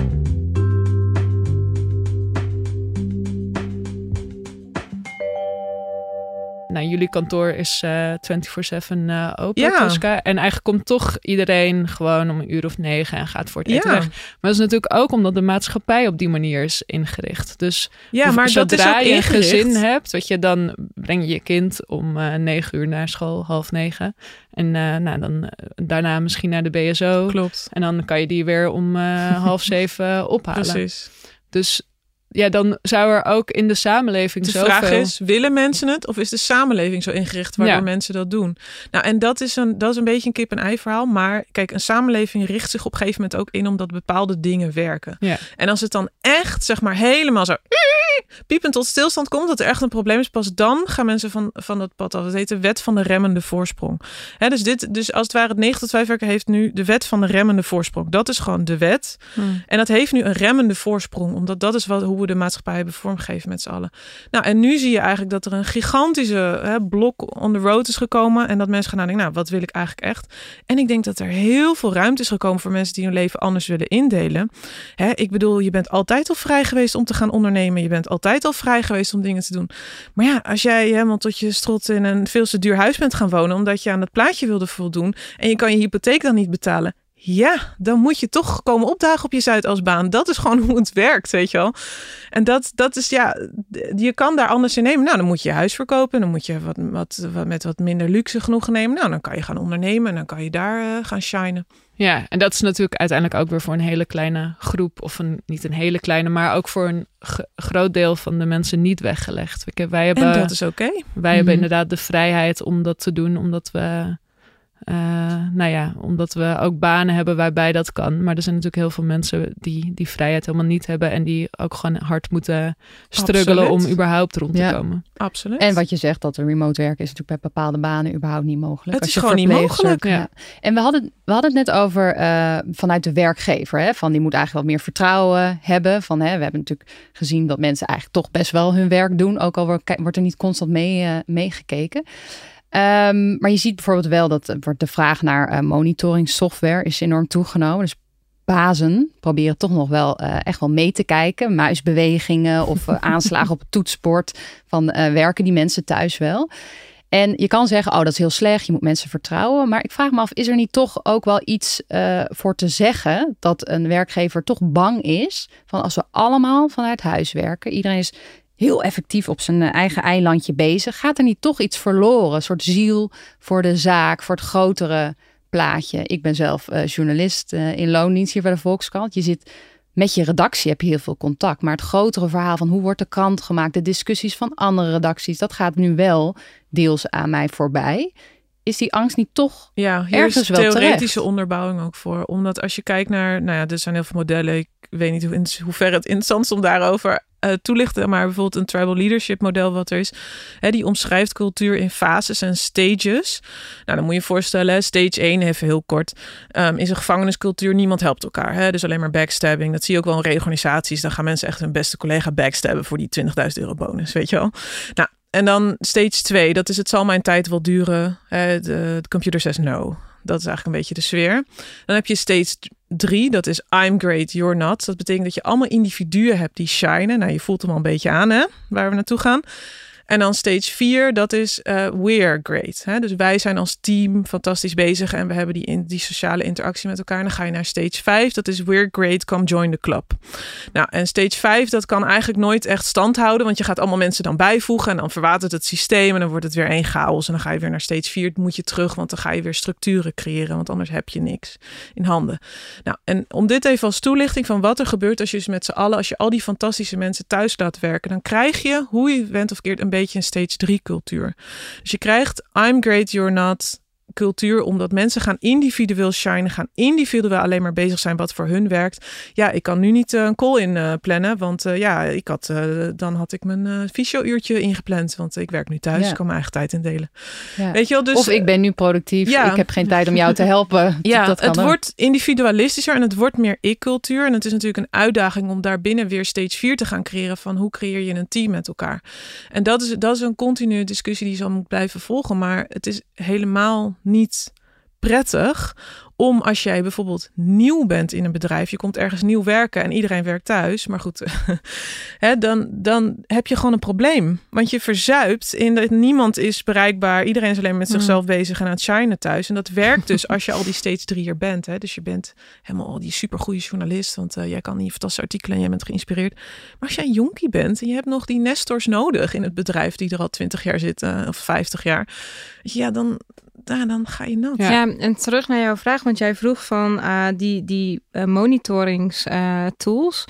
Speaker 4: Nou, jullie kantoor is 24/7 open, Tosca. En eigenlijk komt toch iedereen gewoon om 9:00 en gaat voor het eten weg. Maar dat is natuurlijk ook omdat de maatschappij op die manier is ingericht. Dus
Speaker 6: maar
Speaker 4: zodra je een gezin hebt, dan breng je je kind om 9:00 naar school, 8:30. En dan daarna misschien naar de BSO.
Speaker 6: Klopt.
Speaker 4: En dan kan je die weer om 6:30 ophalen.
Speaker 6: Precies.
Speaker 4: Dus ja, dan zou er ook in de samenleving
Speaker 6: de
Speaker 4: zoveel...
Speaker 6: De vraag is, willen mensen het of is de samenleving zo ingericht waardoor mensen dat doen? Nou, en dat is een beetje een kip-en-ei verhaal. Maar kijk, een samenleving richt zich op een gegeven moment ook in omdat bepaalde dingen werken. Ja. En als het dan echt, zeg maar, helemaal zo piepend tot stilstand komt, dat er echt een probleem is, pas dan gaan mensen van dat pad af. Dat heet de wet van de remmende voorsprong. Dus als het ware het 9 tot 5 werken heeft nu de wet van de remmende voorsprong. Dat is gewoon de wet. En dat heeft nu een remmende voorsprong, omdat dat is hoe hoe we de maatschappij hebben vormgegeven met z'n allen. Nou, en nu zie je eigenlijk dat er een gigantische blok on the road is gekomen. En dat mensen gaan nadenken, wat wil ik eigenlijk echt? En ik denk dat er heel veel ruimte is gekomen voor mensen die hun leven anders willen indelen. Ik bedoel, je bent altijd al vrij geweest om te gaan ondernemen. Je bent altijd al vrij geweest om dingen te doen. Maar ja, als jij helemaal tot je strot in een veel te duur huis bent gaan wonen, omdat je aan het plaatje wilde voldoen en je kan je hypotheek dan niet betalen. Ja, dan moet je toch komen opdagen op je Zuidasbaan. Dat is gewoon hoe het werkt, weet je wel. En dat is, je kan daar anders in nemen. Nou, dan moet je je huis verkopen. Dan moet je met wat minder luxe genoegen nemen. Nou, dan kan je gaan ondernemen en dan kan je daar gaan shinen.
Speaker 4: Ja, en dat is natuurlijk uiteindelijk ook weer voor een hele kleine groep. Of niet een hele kleine, maar ook voor een groot deel van de mensen niet weggelegd. Wij hebben,
Speaker 6: en dat is oké.
Speaker 4: Wij hebben inderdaad de vrijheid om dat te doen, omdat we... omdat we ook banen hebben waarbij dat kan. Maar er zijn natuurlijk heel veel mensen die vrijheid helemaal niet hebben en die ook gewoon hard moeten struggelen om überhaupt rond te komen.
Speaker 6: Absoluut.
Speaker 3: En wat je zegt, dat er remote werken is natuurlijk bij bepaalde banen überhaupt niet mogelijk.
Speaker 6: Het is gewoon niet mogelijk.
Speaker 3: Ja. En we hadden het net over vanuit de werkgever. Hè, van die moet eigenlijk wat meer vertrouwen hebben. We hebben natuurlijk gezien dat mensen eigenlijk toch best wel hun werk doen. Ook al wordt er niet constant meegekeken. Maar je ziet bijvoorbeeld wel dat de vraag naar monitoringssoftware is enorm toegenomen. Dus bazen proberen toch nog wel echt wel mee te kijken. Muisbewegingen of aanslagen op het toetsenbord van werken die mensen thuis wel. En je kan zeggen, dat is heel slecht, je moet mensen vertrouwen. Maar ik vraag me af, is er niet toch ook wel iets voor te zeggen dat een werkgever toch bang is van als we allemaal vanuit huis werken, iedereen is heel effectief op zijn eigen eilandje bezig, gaat er niet toch iets verloren? Een soort ziel voor de zaak, voor het grotere plaatje. Ik ben zelf journalist in loondienst hier bij de Volkskrant. Je zit met je redactie, heb je heel veel contact. Maar het grotere verhaal van hoe wordt de krant gemaakt, de discussies van andere redacties, dat gaat nu wel deels aan mij voorbij. Is die angst niet toch ergens wel terecht?
Speaker 6: Theoretische onderbouwing ook voor. Omdat als je kijkt naar, er zijn heel veel modellen. Ik weet niet in hoeverre het interessant is om daarover toelichten. Maar bijvoorbeeld een tribal leadership model wat er is. Die omschrijft cultuur in fases en stages. Nou, dan moet je je voorstellen, stage 1, even heel kort, is een gevangeniscultuur. Niemand helpt elkaar. Dus alleen maar backstabbing. Dat zie je ook wel in reorganisaties. Dan gaan mensen echt hun beste collega backstabben voor die €20.000 bonus, weet je wel. Nou, en dan stage 2, dat is het zal mijn tijd wel duren. De computer says no. Dat is eigenlijk een beetje de sfeer. Dan heb je stage 3, dat is I'm great, you're not. Dat betekent dat je allemaal individuen hebt die shinen. Nou, je voelt hem al een beetje aan, waar we naartoe gaan. En dan stage 4, dat is we're great. Dus wij zijn als team fantastisch bezig en we hebben die sociale interactie met elkaar. En dan ga je naar stage 5, dat is we're great, come join the club. Nou, en stage 5, dat kan eigenlijk nooit echt stand houden, want je gaat allemaal mensen dan bijvoegen en dan verwatert het systeem en dan wordt het weer één chaos. En dan ga je weer naar stage 4, moet je terug, want dan ga je weer structuren creëren, want anders heb je niks in handen. Nou, en om dit even als toelichting van wat er gebeurt als je dus met z'n allen, als je al die fantastische mensen thuis laat werken, dan krijg je, hoe je bent of keert, een beetje een stage 3 cultuur. Dus je krijgt I'm great, you're not cultuur, omdat mensen gaan individueel shinen, gaan individueel alleen maar bezig zijn wat voor hun werkt. Ja, ik kan nu niet een call in plannen, want dan had ik mijn fysio-uurtje ingepland, want ik werk nu thuis, ik kan mijn eigen tijd indelen. Ja. Weet je wel, dus,
Speaker 3: of ik ben nu productief, ik heb geen tijd om jou te helpen.
Speaker 6: Ja,
Speaker 3: dat
Speaker 6: het wordt individualistischer en het wordt meer ik-cultuur en het is natuurlijk een uitdaging om daarbinnen weer stage 4 te gaan creëren van hoe creëer je een team met elkaar. En dat is een continue discussie die zal moet blijven volgen, maar het is helemaal niet prettig om als jij bijvoorbeeld nieuw bent in een bedrijf, je komt ergens nieuw werken en iedereen werkt thuis, maar goed, dan heb je gewoon een probleem. Want je verzuipt in dat niemand is bereikbaar, iedereen is alleen met zichzelf bezig en aan het shinen thuis. En dat werkt dus als je al die stage 3'er bent. Dus je bent helemaal al die supergoeie journalist, want jij kan die fantastische artikelen en jij bent geïnspireerd. Maar als jij een jonkie bent en je hebt nog die nestors nodig in het bedrijf die er al 20 jaar zitten of 50 jaar, dan ga je nat.
Speaker 5: Ja, en terug naar jouw vraag, want jij vroeg van die monitoringstools.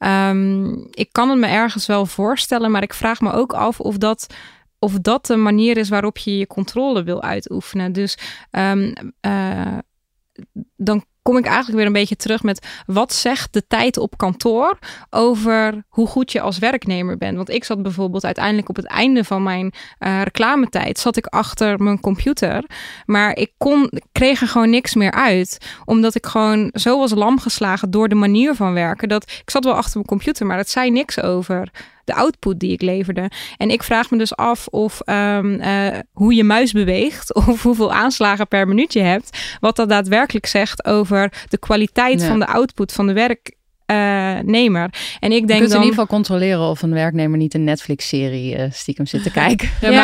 Speaker 5: Ik kan het me ergens wel voorstellen, maar ik vraag me ook af of dat de manier is waarop je je controle wil uitoefenen. Dus dan kom ik eigenlijk weer een beetje terug met wat zegt de tijd op kantoor over hoe goed je als werknemer bent. Want ik zat bijvoorbeeld uiteindelijk op het einde van mijn reclametijd, zat ik achter mijn computer, maar ik kreeg er gewoon niks meer uit. Omdat ik gewoon zo was lam geslagen door de manier van werken, dat ik zat wel achter mijn computer, maar dat zei niks over de output die ik leverde. En ik vraag me dus af of hoe je muis beweegt of hoeveel aanslagen per minuut je hebt, wat dat daadwerkelijk zegt over de kwaliteit van de output van de werknemer. En ik denk
Speaker 3: je kunt
Speaker 5: dan
Speaker 3: in ieder geval controleren of een werknemer niet een Netflix-serie stiekem zit te kijken.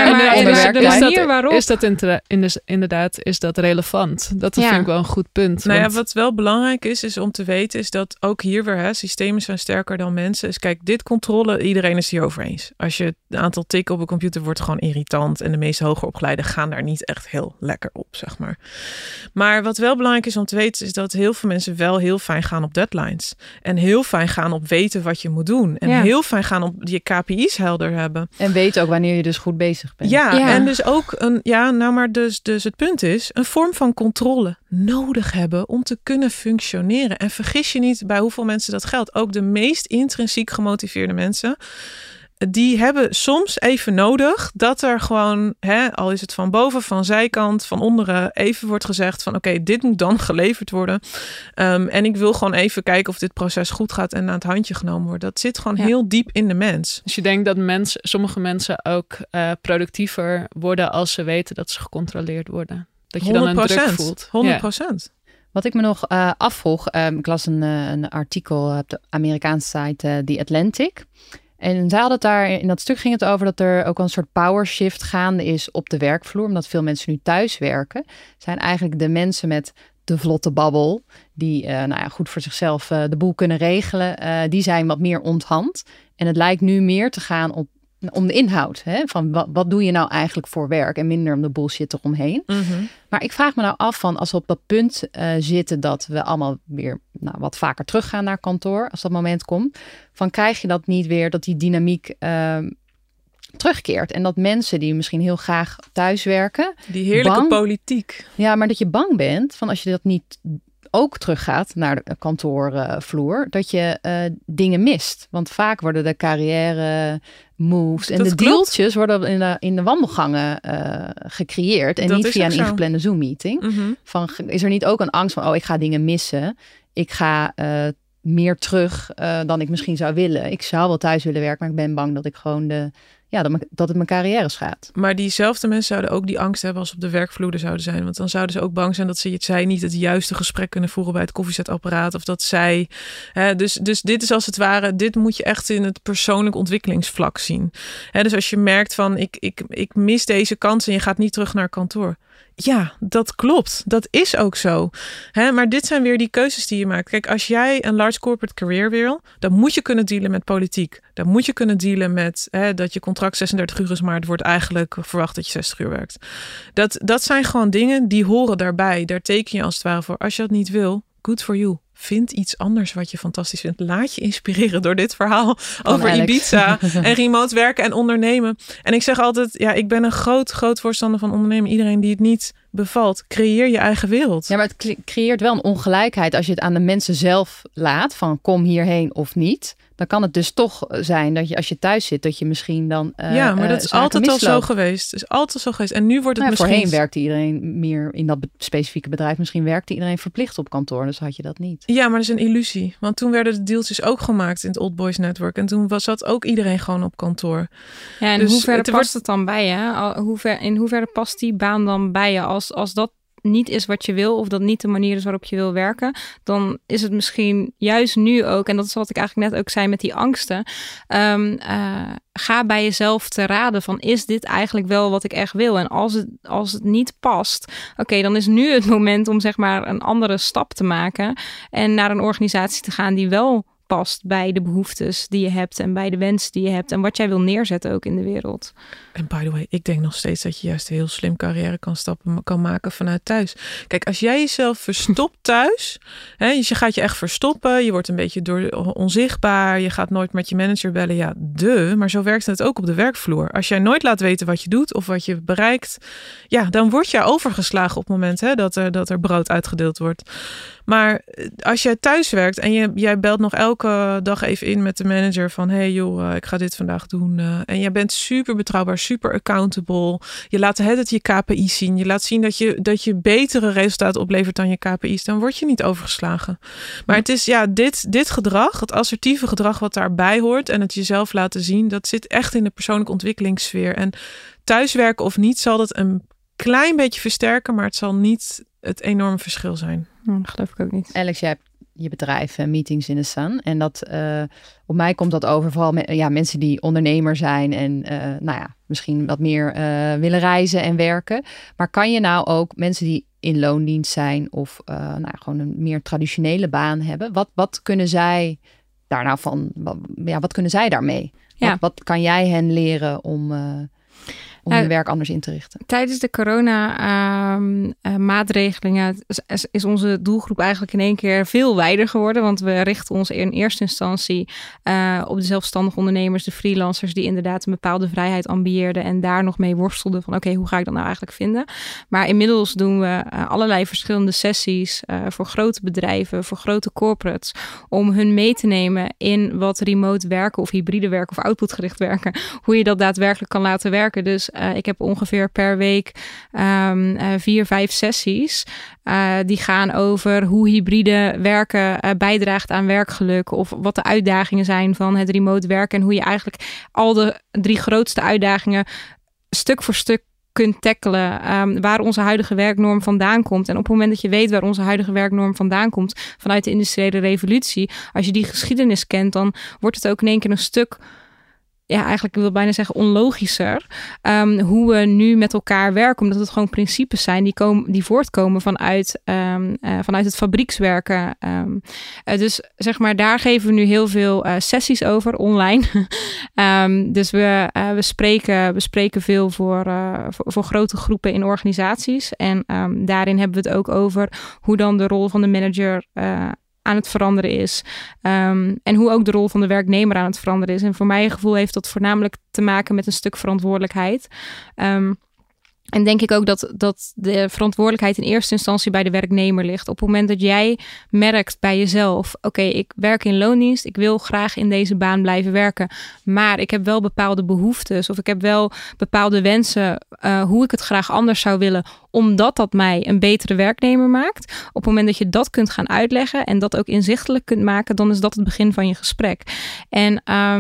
Speaker 4: Is dat relevant? Dat vind ik wel een goed punt.
Speaker 6: Nou ja, wat wel belangrijk is om te weten, is dat ook hier weer, systemen zijn sterker dan mensen. Dus kijk, dit controle, iedereen is hier over eens. Als je het aantal tikken op een computer wordt gewoon irritant en de meest hoger opgeleiden gaan daar niet echt heel lekker op, zeg maar. Maar wat wel belangrijk is om te weten, is dat heel veel mensen wel heel fijn gaan op deadlines. En heel fijn gaan op weten wat je moet doen. En heel fijn gaan op je KPI's helder hebben.
Speaker 3: En weten ook wanneer je dus goed bezig bent.
Speaker 6: Ja. En dus ook dus het punt is, een vorm van controle nodig hebben om te kunnen functioneren. En vergis je niet bij hoeveel mensen dat geldt. Ook de meest intrinsiek gemotiveerde mensen, die hebben soms even nodig dat er gewoon, al is het van boven, van zijkant, van onderen, even wordt gezegd van oké, dit moet dan geleverd worden. En ik wil gewoon even kijken of dit proces goed gaat en aan het handje genomen wordt. Dat zit gewoon heel diep in de mens.
Speaker 4: Dus je denkt dat sommige mensen ook productiever worden als ze weten dat ze gecontroleerd worden? Dat je dan een druk voelt?
Speaker 6: 100%.
Speaker 3: Wat ik me nog afvroeg, ik las een artikel op de Amerikaanse site The Atlantic. En zij hadden het daar, in dat stuk ging het over dat er ook een soort power shift gaande is op de werkvloer. Omdat veel mensen nu thuis werken. Zijn eigenlijk de mensen met de vlotte babbel, die goed voor zichzelf de boel kunnen regelen. Die zijn wat meer onthand. En het lijkt nu meer te gaan om de inhoud. Van wat doe je nou eigenlijk voor werk? En minder om de bullshit eromheen. Mm-hmm. Maar ik vraag me nou af van als we op dat punt zitten dat we allemaal weer wat vaker teruggaan naar kantoor. Als dat moment komt. Van krijg je dat niet weer, dat die dynamiek terugkeert. En dat mensen die misschien heel graag thuis werken.
Speaker 6: Die heerlijke politiek.
Speaker 3: Ja, maar dat je bang bent van als je dat niet ook teruggaat naar de kantoorvloer, dat je dingen mist. Want vaak worden de carrière moves en de deeltjes worden in de wandelgangen gecreëerd. En dat niet via een ingeplande Zoom-meeting. Mm-hmm. Is er niet ook een angst van, ik ga dingen missen. Ik ga meer terug dan ik misschien zou willen. Ik zou wel thuis willen werken, maar ik ben bang dat ik gewoon dat het mijn carrière schaadt. Maar diezelfde mensen zouden ook die angst hebben als ze op de werkvloer zouden zijn. Want dan zouden ze ook bang zijn dat zij niet het juiste gesprek kunnen voeren bij het koffiezetapparaat. Of dat zij... Dus dit is als het ware, dit moet je echt in het persoonlijk ontwikkelingsvlak zien. Dus als je merkt van, ik mis deze kans en je gaat niet terug naar kantoor. Ja, dat klopt. Dat is ook zo. Maar dit zijn weer die keuzes die je maakt. Kijk, als jij een large corporate career wil, dan moet je kunnen dealen met politiek. Dan moet je kunnen dealen met dat je contract 36 uur is, maar het wordt eigenlijk verwacht dat je 60 uur werkt. Dat zijn gewoon dingen die horen daarbij. Daar teken je als het ware voor. Als je dat niet wil, good for you. Vind iets anders wat je fantastisch vindt. Laat je inspireren door dit verhaal over Ibiza en remote werken en ondernemen. En ik zeg altijd, ik ben een groot voorstander van ondernemen. Iedereen die het niet bevalt, creëer je eigen wereld. Ja, maar het creëert wel een ongelijkheid als je het aan de mensen zelf laat. Van kom hierheen of niet. Dan kan het dus toch zijn dat je als je thuis zit, dat je misschien dan maar dat is altijd al zo geweest. Het is altijd zo geweest. En nu wordt het misschien... Voorheen werkte iedereen meer in dat specifieke bedrijf. Misschien werkte iedereen verplicht op kantoor. Dus had je dat niet. Ja, maar dat is een illusie. Want toen werden de deeltjes ook gemaakt in het Old Boys Network. En toen zat ook iedereen gewoon op kantoor. Ja, en dus in hoeverre past het dan bij je? In hoeverre past die baan dan bij je? Als dat niet is wat je wil, of dat niet de manier is waarop je wil werken, dan is het misschien juist nu ook, en dat is wat ik eigenlijk net ook zei met die angsten, ga bij jezelf te raden van, is dit eigenlijk wel wat ik echt wil? En als het niet past, oké, dan is nu het moment om zeg maar een andere stap te maken en naar een organisatie te gaan die wel past bij de behoeftes die je hebt en bij de wensen die je hebt en wat jij wil neerzetten ook in de wereld. En by the way, ik denk nog steeds dat je juist heel slim carrière kan maken vanuit thuis. Kijk, als jij jezelf verstopt thuis, dus je gaat je echt verstoppen, je wordt een beetje onzichtbaar, je gaat nooit met je manager bellen, maar zo werkt het ook op de werkvloer. Als jij nooit laat weten wat je doet of wat je bereikt, dan word je overgeslagen op het moment dat er brood uitgedeeld wordt.
Speaker 6: Maar als jij thuis werkt en jij belt nog elke dag even in met de manager van hey joh, ik ga dit vandaag doen. En jij bent super betrouwbaar, super accountable. Je laat het je KPI's zien. Je laat zien dat je betere resultaten oplevert dan je KPI's. Dan word je niet overgeslagen. Maar het is dit gedrag, het assertieve gedrag wat daarbij hoort en het jezelf laten zien, dat zit echt in de persoonlijke ontwikkelingssfeer. En thuiswerken of niet zal dat een klein beetje versterken, maar het zal niet het enorme verschil zijn.
Speaker 5: Dat geloof ik ook niet.
Speaker 3: Alex, jij hebt je bedrijf Meetings in the Sun. En dat op mij komt dat over vooral mensen die ondernemer zijn en misschien wat meer willen reizen en werken. Maar kan je nou ook mensen die in loondienst zijn of gewoon een meer traditionele baan hebben, wat kunnen zij daar nou van? Wat kunnen zij daarmee?
Speaker 5: Ja.
Speaker 3: Wat kan jij hen leren om hun werk anders in te richten?
Speaker 5: Tijdens de corona-maatregelingen is onze doelgroep eigenlijk in één keer veel wijder geworden. Want we richten ons in eerste instantie op de zelfstandige ondernemers, de freelancers die inderdaad een bepaalde vrijheid ambieerden en daar nog mee worstelden van oké, hoe ga ik dat nou eigenlijk vinden? Maar inmiddels doen we allerlei verschillende sessies voor grote bedrijven, voor grote corporates, om hun mee te nemen in wat remote werken of hybride werken of outputgericht werken, hoe je dat daadwerkelijk kan laten werken. Dus ik heb ongeveer per week 4-5 sessies. Die gaan over hoe hybride werken bijdraagt aan werkgeluk. Of wat de uitdagingen zijn van het remote werken. En hoe je eigenlijk al de 3 grootste uitdagingen stuk voor stuk kunt tackelen. Waar onze huidige werknorm vandaan komt. En op het moment dat je weet waar onze huidige werknorm vandaan komt, vanuit de industriële revolutie, als je die geschiedenis kent, dan wordt het ook in één keer een stuk, eigenlijk, ik wil bijna zeggen onlogischer, hoe we nu met elkaar werken. Omdat het gewoon principes zijn die voortkomen vanuit het fabriekswerken. Dus zeg maar, daar geven we nu heel veel sessies over online. Dus we spreken veel voor grote groepen in organisaties. En daarin hebben we het ook over hoe dan de rol van de manager aan het veranderen is. En hoe ook de rol van de werknemer aan het veranderen is. En voor mijn gevoel heeft dat voornamelijk te maken met een stuk verantwoordelijkheid. En denk ik ook dat de verantwoordelijkheid in eerste instantie bij de werknemer ligt. Op het moment dat jij merkt bij jezelf, oké, ik werk in loondienst, ik wil graag in deze baan blijven werken, maar ik heb wel bepaalde behoeftes of ik heb wel bepaalde wensen hoe ik het graag anders zou willen, omdat dat mij een betere werknemer maakt. Op het moment dat je dat kunt gaan uitleggen en dat ook inzichtelijk kunt maken, dan is dat het begin van je gesprek. En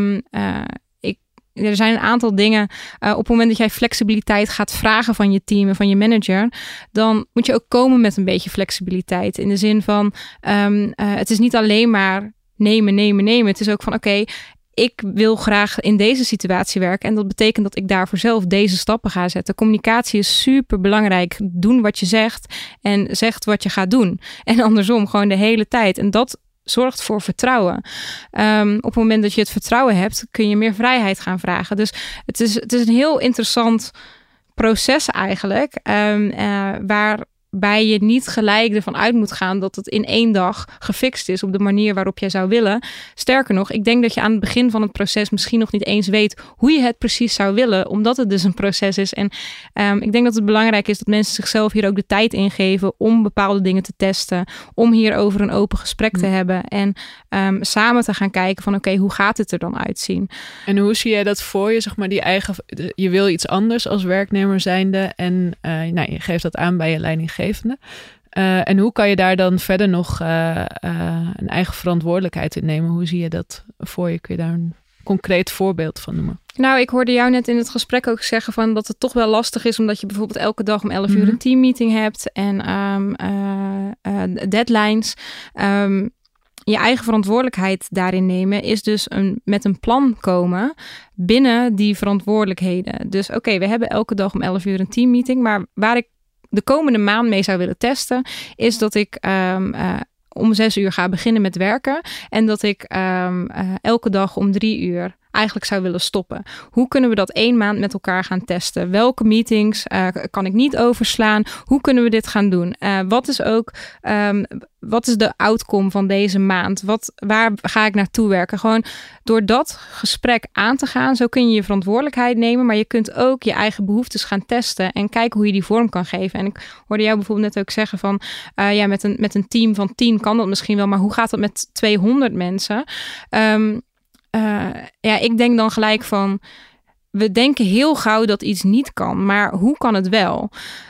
Speaker 5: er zijn een aantal dingen. Op het moment dat jij flexibiliteit gaat vragen van je team en van je manager, dan moet je ook komen met een beetje flexibiliteit. In de zin van, het is niet alleen maar nemen. Het is ook van, oké, ik wil graag in deze situatie werken. En dat betekent dat ik daarvoor zelf deze stappen ga zetten. Communicatie is super belangrijk. Doen wat je zegt en zegt wat je gaat doen. En andersom, gewoon de hele tijd. En dat zorgt voor vertrouwen. Op het moment dat je het vertrouwen hebt, kun je meer vrijheid gaan vragen. Dus het is een heel interessant proces eigenlijk. Waarbij je niet gelijk ervan uit moet gaan dat het in 1 dag gefixt is op de manier waarop jij zou willen. Sterker nog, ik denk dat je aan het begin van het proces misschien nog niet eens weet hoe je het precies zou willen, omdat het dus een proces is. En ik denk dat het belangrijk is dat mensen zichzelf hier ook de tijd in geven om bepaalde dingen te testen, om hierover een open gesprek te hebben en samen te gaan kijken van oké, hoe gaat het er dan uitzien?
Speaker 4: En hoe zie jij dat voor je, zeg maar, je wil iets anders als werknemer zijnde en je geeft dat aan bij je leidinggevende. En hoe kan je daar dan verder nog een eigen verantwoordelijkheid in nemen? Hoe zie je dat voor je? Kun je daar een concreet voorbeeld van noemen?
Speaker 5: Nou, ik hoorde jou net in het gesprek ook zeggen van dat het toch wel lastig is, omdat je bijvoorbeeld elke dag om 11 uur een teammeeting hebt en deadlines. Je eigen verantwoordelijkheid daarin nemen is dus met een plan komen binnen die verantwoordelijkheden. Dus oké, we hebben elke dag om 11 uur een teammeeting, maar waar ik de komende maand mee zou willen testen, is dat ik om 6 uur ga beginnen met werken en dat ik elke dag om 3 uur eigenlijk zou willen stoppen. Hoe kunnen we dat 1 maand met elkaar gaan testen? Welke meetings kan ik niet overslaan? Hoe kunnen we dit gaan doen? Wat is de outcome van deze maand? Waar ga ik naartoe werken? Gewoon door dat gesprek aan te gaan, zo kun je je verantwoordelijkheid nemen, maar je kunt ook je eigen behoeftes gaan testen en kijken hoe je die vorm kan geven. En ik hoorde jou bijvoorbeeld net ook zeggen van, met een team van 10 kan dat misschien wel, maar hoe gaat dat met 200 mensen? Ik denk dan gelijk van, we denken heel gauw dat iets niet kan, maar hoe kan het wel?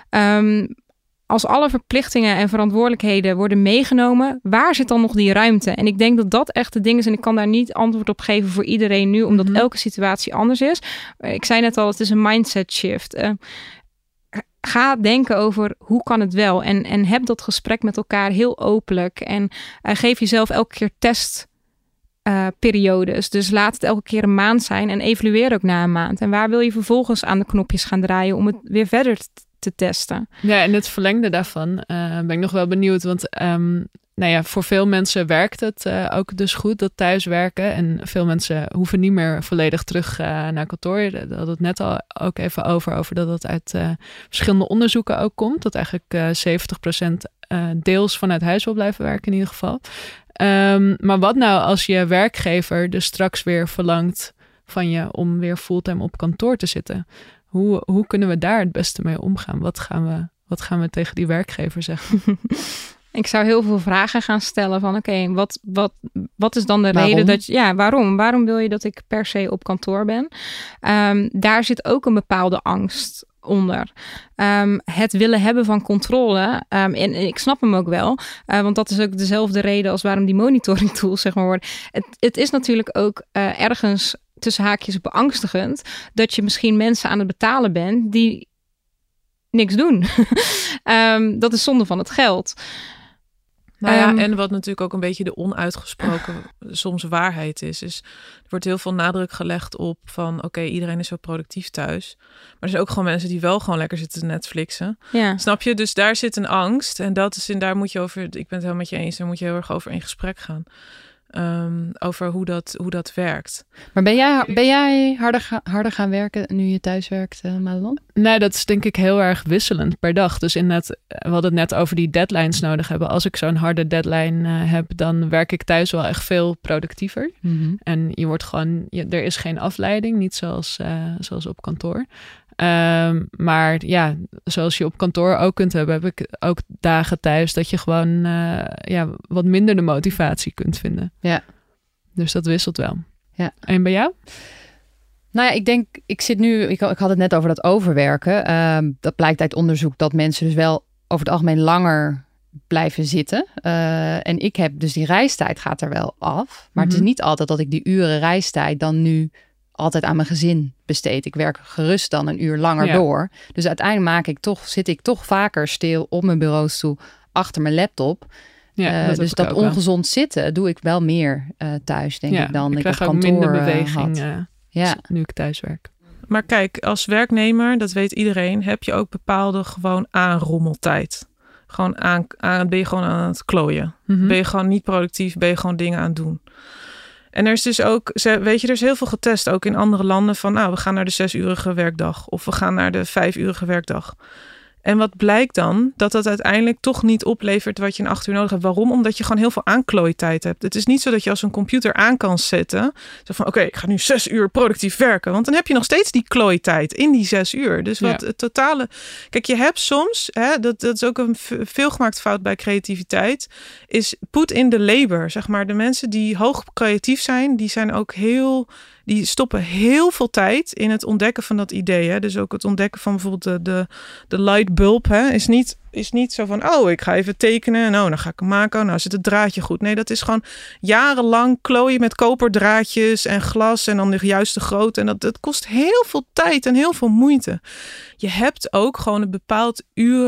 Speaker 5: Als alle verplichtingen en verantwoordelijkheden worden meegenomen, waar zit dan nog die ruimte? En ik denk dat dat echt de ding is. En ik kan daar niet antwoord op geven voor iedereen nu, omdat elke situatie anders is. Ik zei net al, het is een mindset shift. Ga denken over hoe kan het wel? En heb dat gesprek met elkaar heel openlijk. En geef jezelf elke keer testperiodes. Dus laat het elke keer een maand zijn en evalueer ook na een maand. En waar wil je vervolgens aan de knopjes gaan draaien om het weer verder te testen?
Speaker 4: Ja, en het verlengde daarvan ben ik nog wel benieuwd. Want voor veel mensen werkt het ook dus goed, dat thuiswerken. En veel mensen hoeven niet meer volledig terug naar kantoor. We hadden het net al ook even over dat het uit verschillende onderzoeken ook komt. Dat eigenlijk 70% deels vanuit huis wil blijven werken in ieder geval. Maar wat nou als je werkgever dus straks weer verlangt van je om weer fulltime op kantoor te zitten? Hoe kunnen we daar het beste mee omgaan? Wat gaan we tegen die werkgever zeggen?
Speaker 5: Ik zou heel veel vragen gaan stellen van oké, wat is dan de reden dat waarom? Waarom wil je dat ik per se op kantoor ben? Daar zit ook een bepaalde angst onder. Het willen hebben van controle. En ik snap hem ook wel. Want dat is ook dezelfde reden als waarom die monitoring tools zeg maar worden. Het is natuurlijk ook ergens tussen haakjes beangstigend dat je misschien mensen aan het betalen bent die niks doen. Dat is zonde van het geld.
Speaker 6: En wat natuurlijk ook een beetje de onuitgesproken soms waarheid is er wordt heel veel nadruk gelegd op van oké, iedereen is zo productief thuis. Maar er zijn ook gewoon mensen die wel gewoon lekker zitten te Netflixen. Ja. Snap je? Dus daar zit een angst en daar moet je over, ik ben het helemaal met je eens, daar moet je heel erg over in gesprek gaan. Over hoe dat werkt.
Speaker 3: Maar ben jij harder gaan werken nu je thuis werkt, Madelon?
Speaker 4: Nee, dat is denk ik heel erg wisselend per dag. Dus we hadden het net over die deadlines nodig hebben. Als ik zo'n harde deadline heb, dan werk ik thuis wel echt veel productiever. Mm-hmm. En je wordt gewoon, er is geen afleiding, niet zoals op kantoor. Maar ja, zoals je op kantoor ook kunt hebben, heb ik ook dagen thuis dat je gewoon wat minder de motivatie kunt vinden. Ja. Dus dat wisselt wel. Ja. En bij jou?
Speaker 3: Nou ja, ik denk, ik had het net over dat overwerken. Dat blijkt uit onderzoek dat mensen dus wel over het algemeen langer blijven zitten. En ik heb dus die reistijd gaat er wel af. Maar het is niet altijd dat ik die uren reistijd dan nu altijd aan mijn gezin besteed. Ik werk gerust dan een uur langer door. Dus uiteindelijk zit ik toch vaker stil op mijn bureaustoel achter mijn laptop. Ja, dus dat ongezond zitten doe ik wel meer thuis, denk ik, dan ik op kantoor
Speaker 4: minder beweging nu ik thuis werk.
Speaker 6: Maar kijk, als werknemer, dat weet iedereen, heb je ook bepaalde gewoon aanrommeltijd. Gewoon ben je gewoon aan het klooien. Mm-hmm. Ben je gewoon niet productief, ben je gewoon dingen aan het doen. En er is dus ook, weet je, er is heel veel getest, ook in andere landen, van we gaan naar de 6-urige werkdag. Of we gaan naar de 5-urige werkdag. En wat blijkt dan? Dat uiteindelijk toch niet oplevert wat je in 8 uur nodig hebt. Waarom? Omdat je gewoon heel veel aanklooitijd hebt. Het is niet zo dat je als een computer aan kan zetten. Zo van, oké, ik ga nu 6 uur productief werken. Want dan heb je nog steeds die klooitijd in die 6 uur. Dus het totale... Kijk, je hebt soms, dat is ook een veelgemaakt fout bij creativiteit, is put in the labor. Zeg maar, de mensen die hoog creatief zijn, die zijn ook die stoppen heel veel tijd in het ontdekken van dat idee. Hè? Dus ook het ontdekken van bijvoorbeeld de light bulb is niet zo van, ik ga even tekenen en dan ga ik hem maken. Nou zit het draadje goed. Nee, dat is gewoon jarenlang klooien met koperdraadjes en glas en dan de juiste grootte. En dat kost heel veel tijd en heel veel moeite. Je hebt ook gewoon een bepaald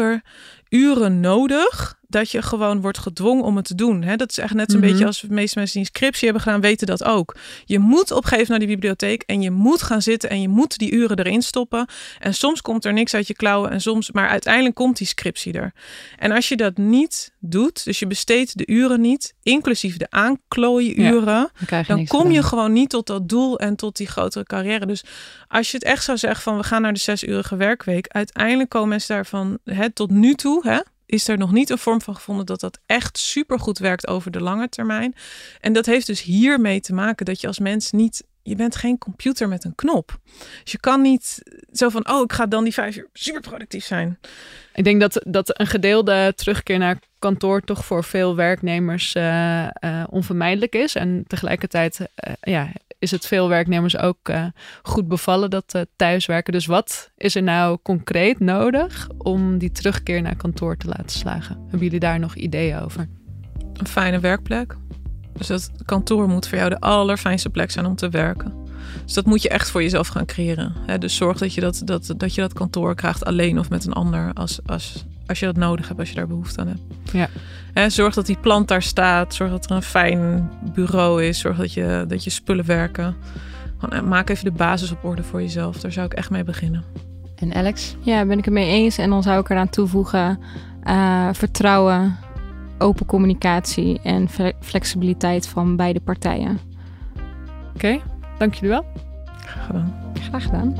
Speaker 6: uren nodig dat je gewoon wordt gedwongen om het te doen. Hè? Dat is echt net zo'n beetje als de meeste mensen die een scriptie hebben gedaan, weten dat ook. Je moet opgeven naar die bibliotheek en je moet gaan zitten en je moet die uren erin stoppen. En soms komt er niks uit je klauwen en maar uiteindelijk komt die scriptie aanbieder. En als je dat niet doet, dus je besteedt de uren niet, inclusief de aanklooiuren, dan kom je gewoon niet tot dat doel en tot die grotere carrière. Dus als je het echt zou zeggen van we gaan naar de 6-urige werkweek, uiteindelijk komen mensen daarvan, tot nu toe, is er nog niet een vorm van gevonden dat echt supergoed werkt over de lange termijn. En dat heeft dus hiermee te maken dat je als mens niet, je bent geen computer met een knop. Dus je kan niet zo van, ik ga dan die 5 uur super productief zijn.
Speaker 4: Ik denk dat een gedeelde terugkeer naar kantoor toch voor veel werknemers onvermijdelijk is. En tegelijkertijd is het veel werknemers ook goed bevallen dat thuiswerken. Dus wat is er nou concreet nodig om die terugkeer naar kantoor te laten slagen? Hebben jullie daar nog ideeën over?
Speaker 6: Een fijne werkplek. Dus dat kantoor moet voor jou de allerfijnste plek zijn om te werken. Dus dat moet je echt voor jezelf gaan creëren. Dus zorg dat je dat kantoor krijgt alleen of met een ander als je dat nodig hebt, als je daar behoefte aan hebt. Ja. Zorg dat die plant daar staat. Zorg dat er een fijn bureau is. Zorg dat je spullen werken. Maak even de basis op orde voor jezelf. Daar zou ik echt mee beginnen.
Speaker 3: En Alex?
Speaker 5: Ja, ben ik het mee eens. En dan zou ik eraan toevoegen vertrouwen, open communicatie en flexibiliteit van beide partijen.
Speaker 4: Oké, dank jullie wel.
Speaker 6: Graag gedaan.
Speaker 5: Graag gedaan.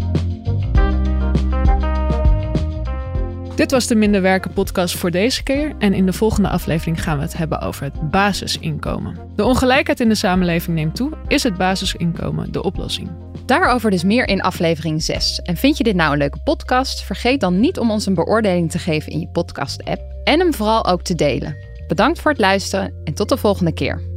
Speaker 4: Dit was de Minder Werken podcast voor deze keer. En in de volgende aflevering gaan we het hebben over het basisinkomen. De ongelijkheid in de samenleving neemt toe. Is het basisinkomen de oplossing?
Speaker 3: Daarover dus meer in aflevering 6. En vind je dit nou een leuke podcast? Vergeet dan niet om ons een beoordeling te geven in je podcast-app. En hem vooral ook te delen. Bedankt voor het luisteren en tot de volgende keer.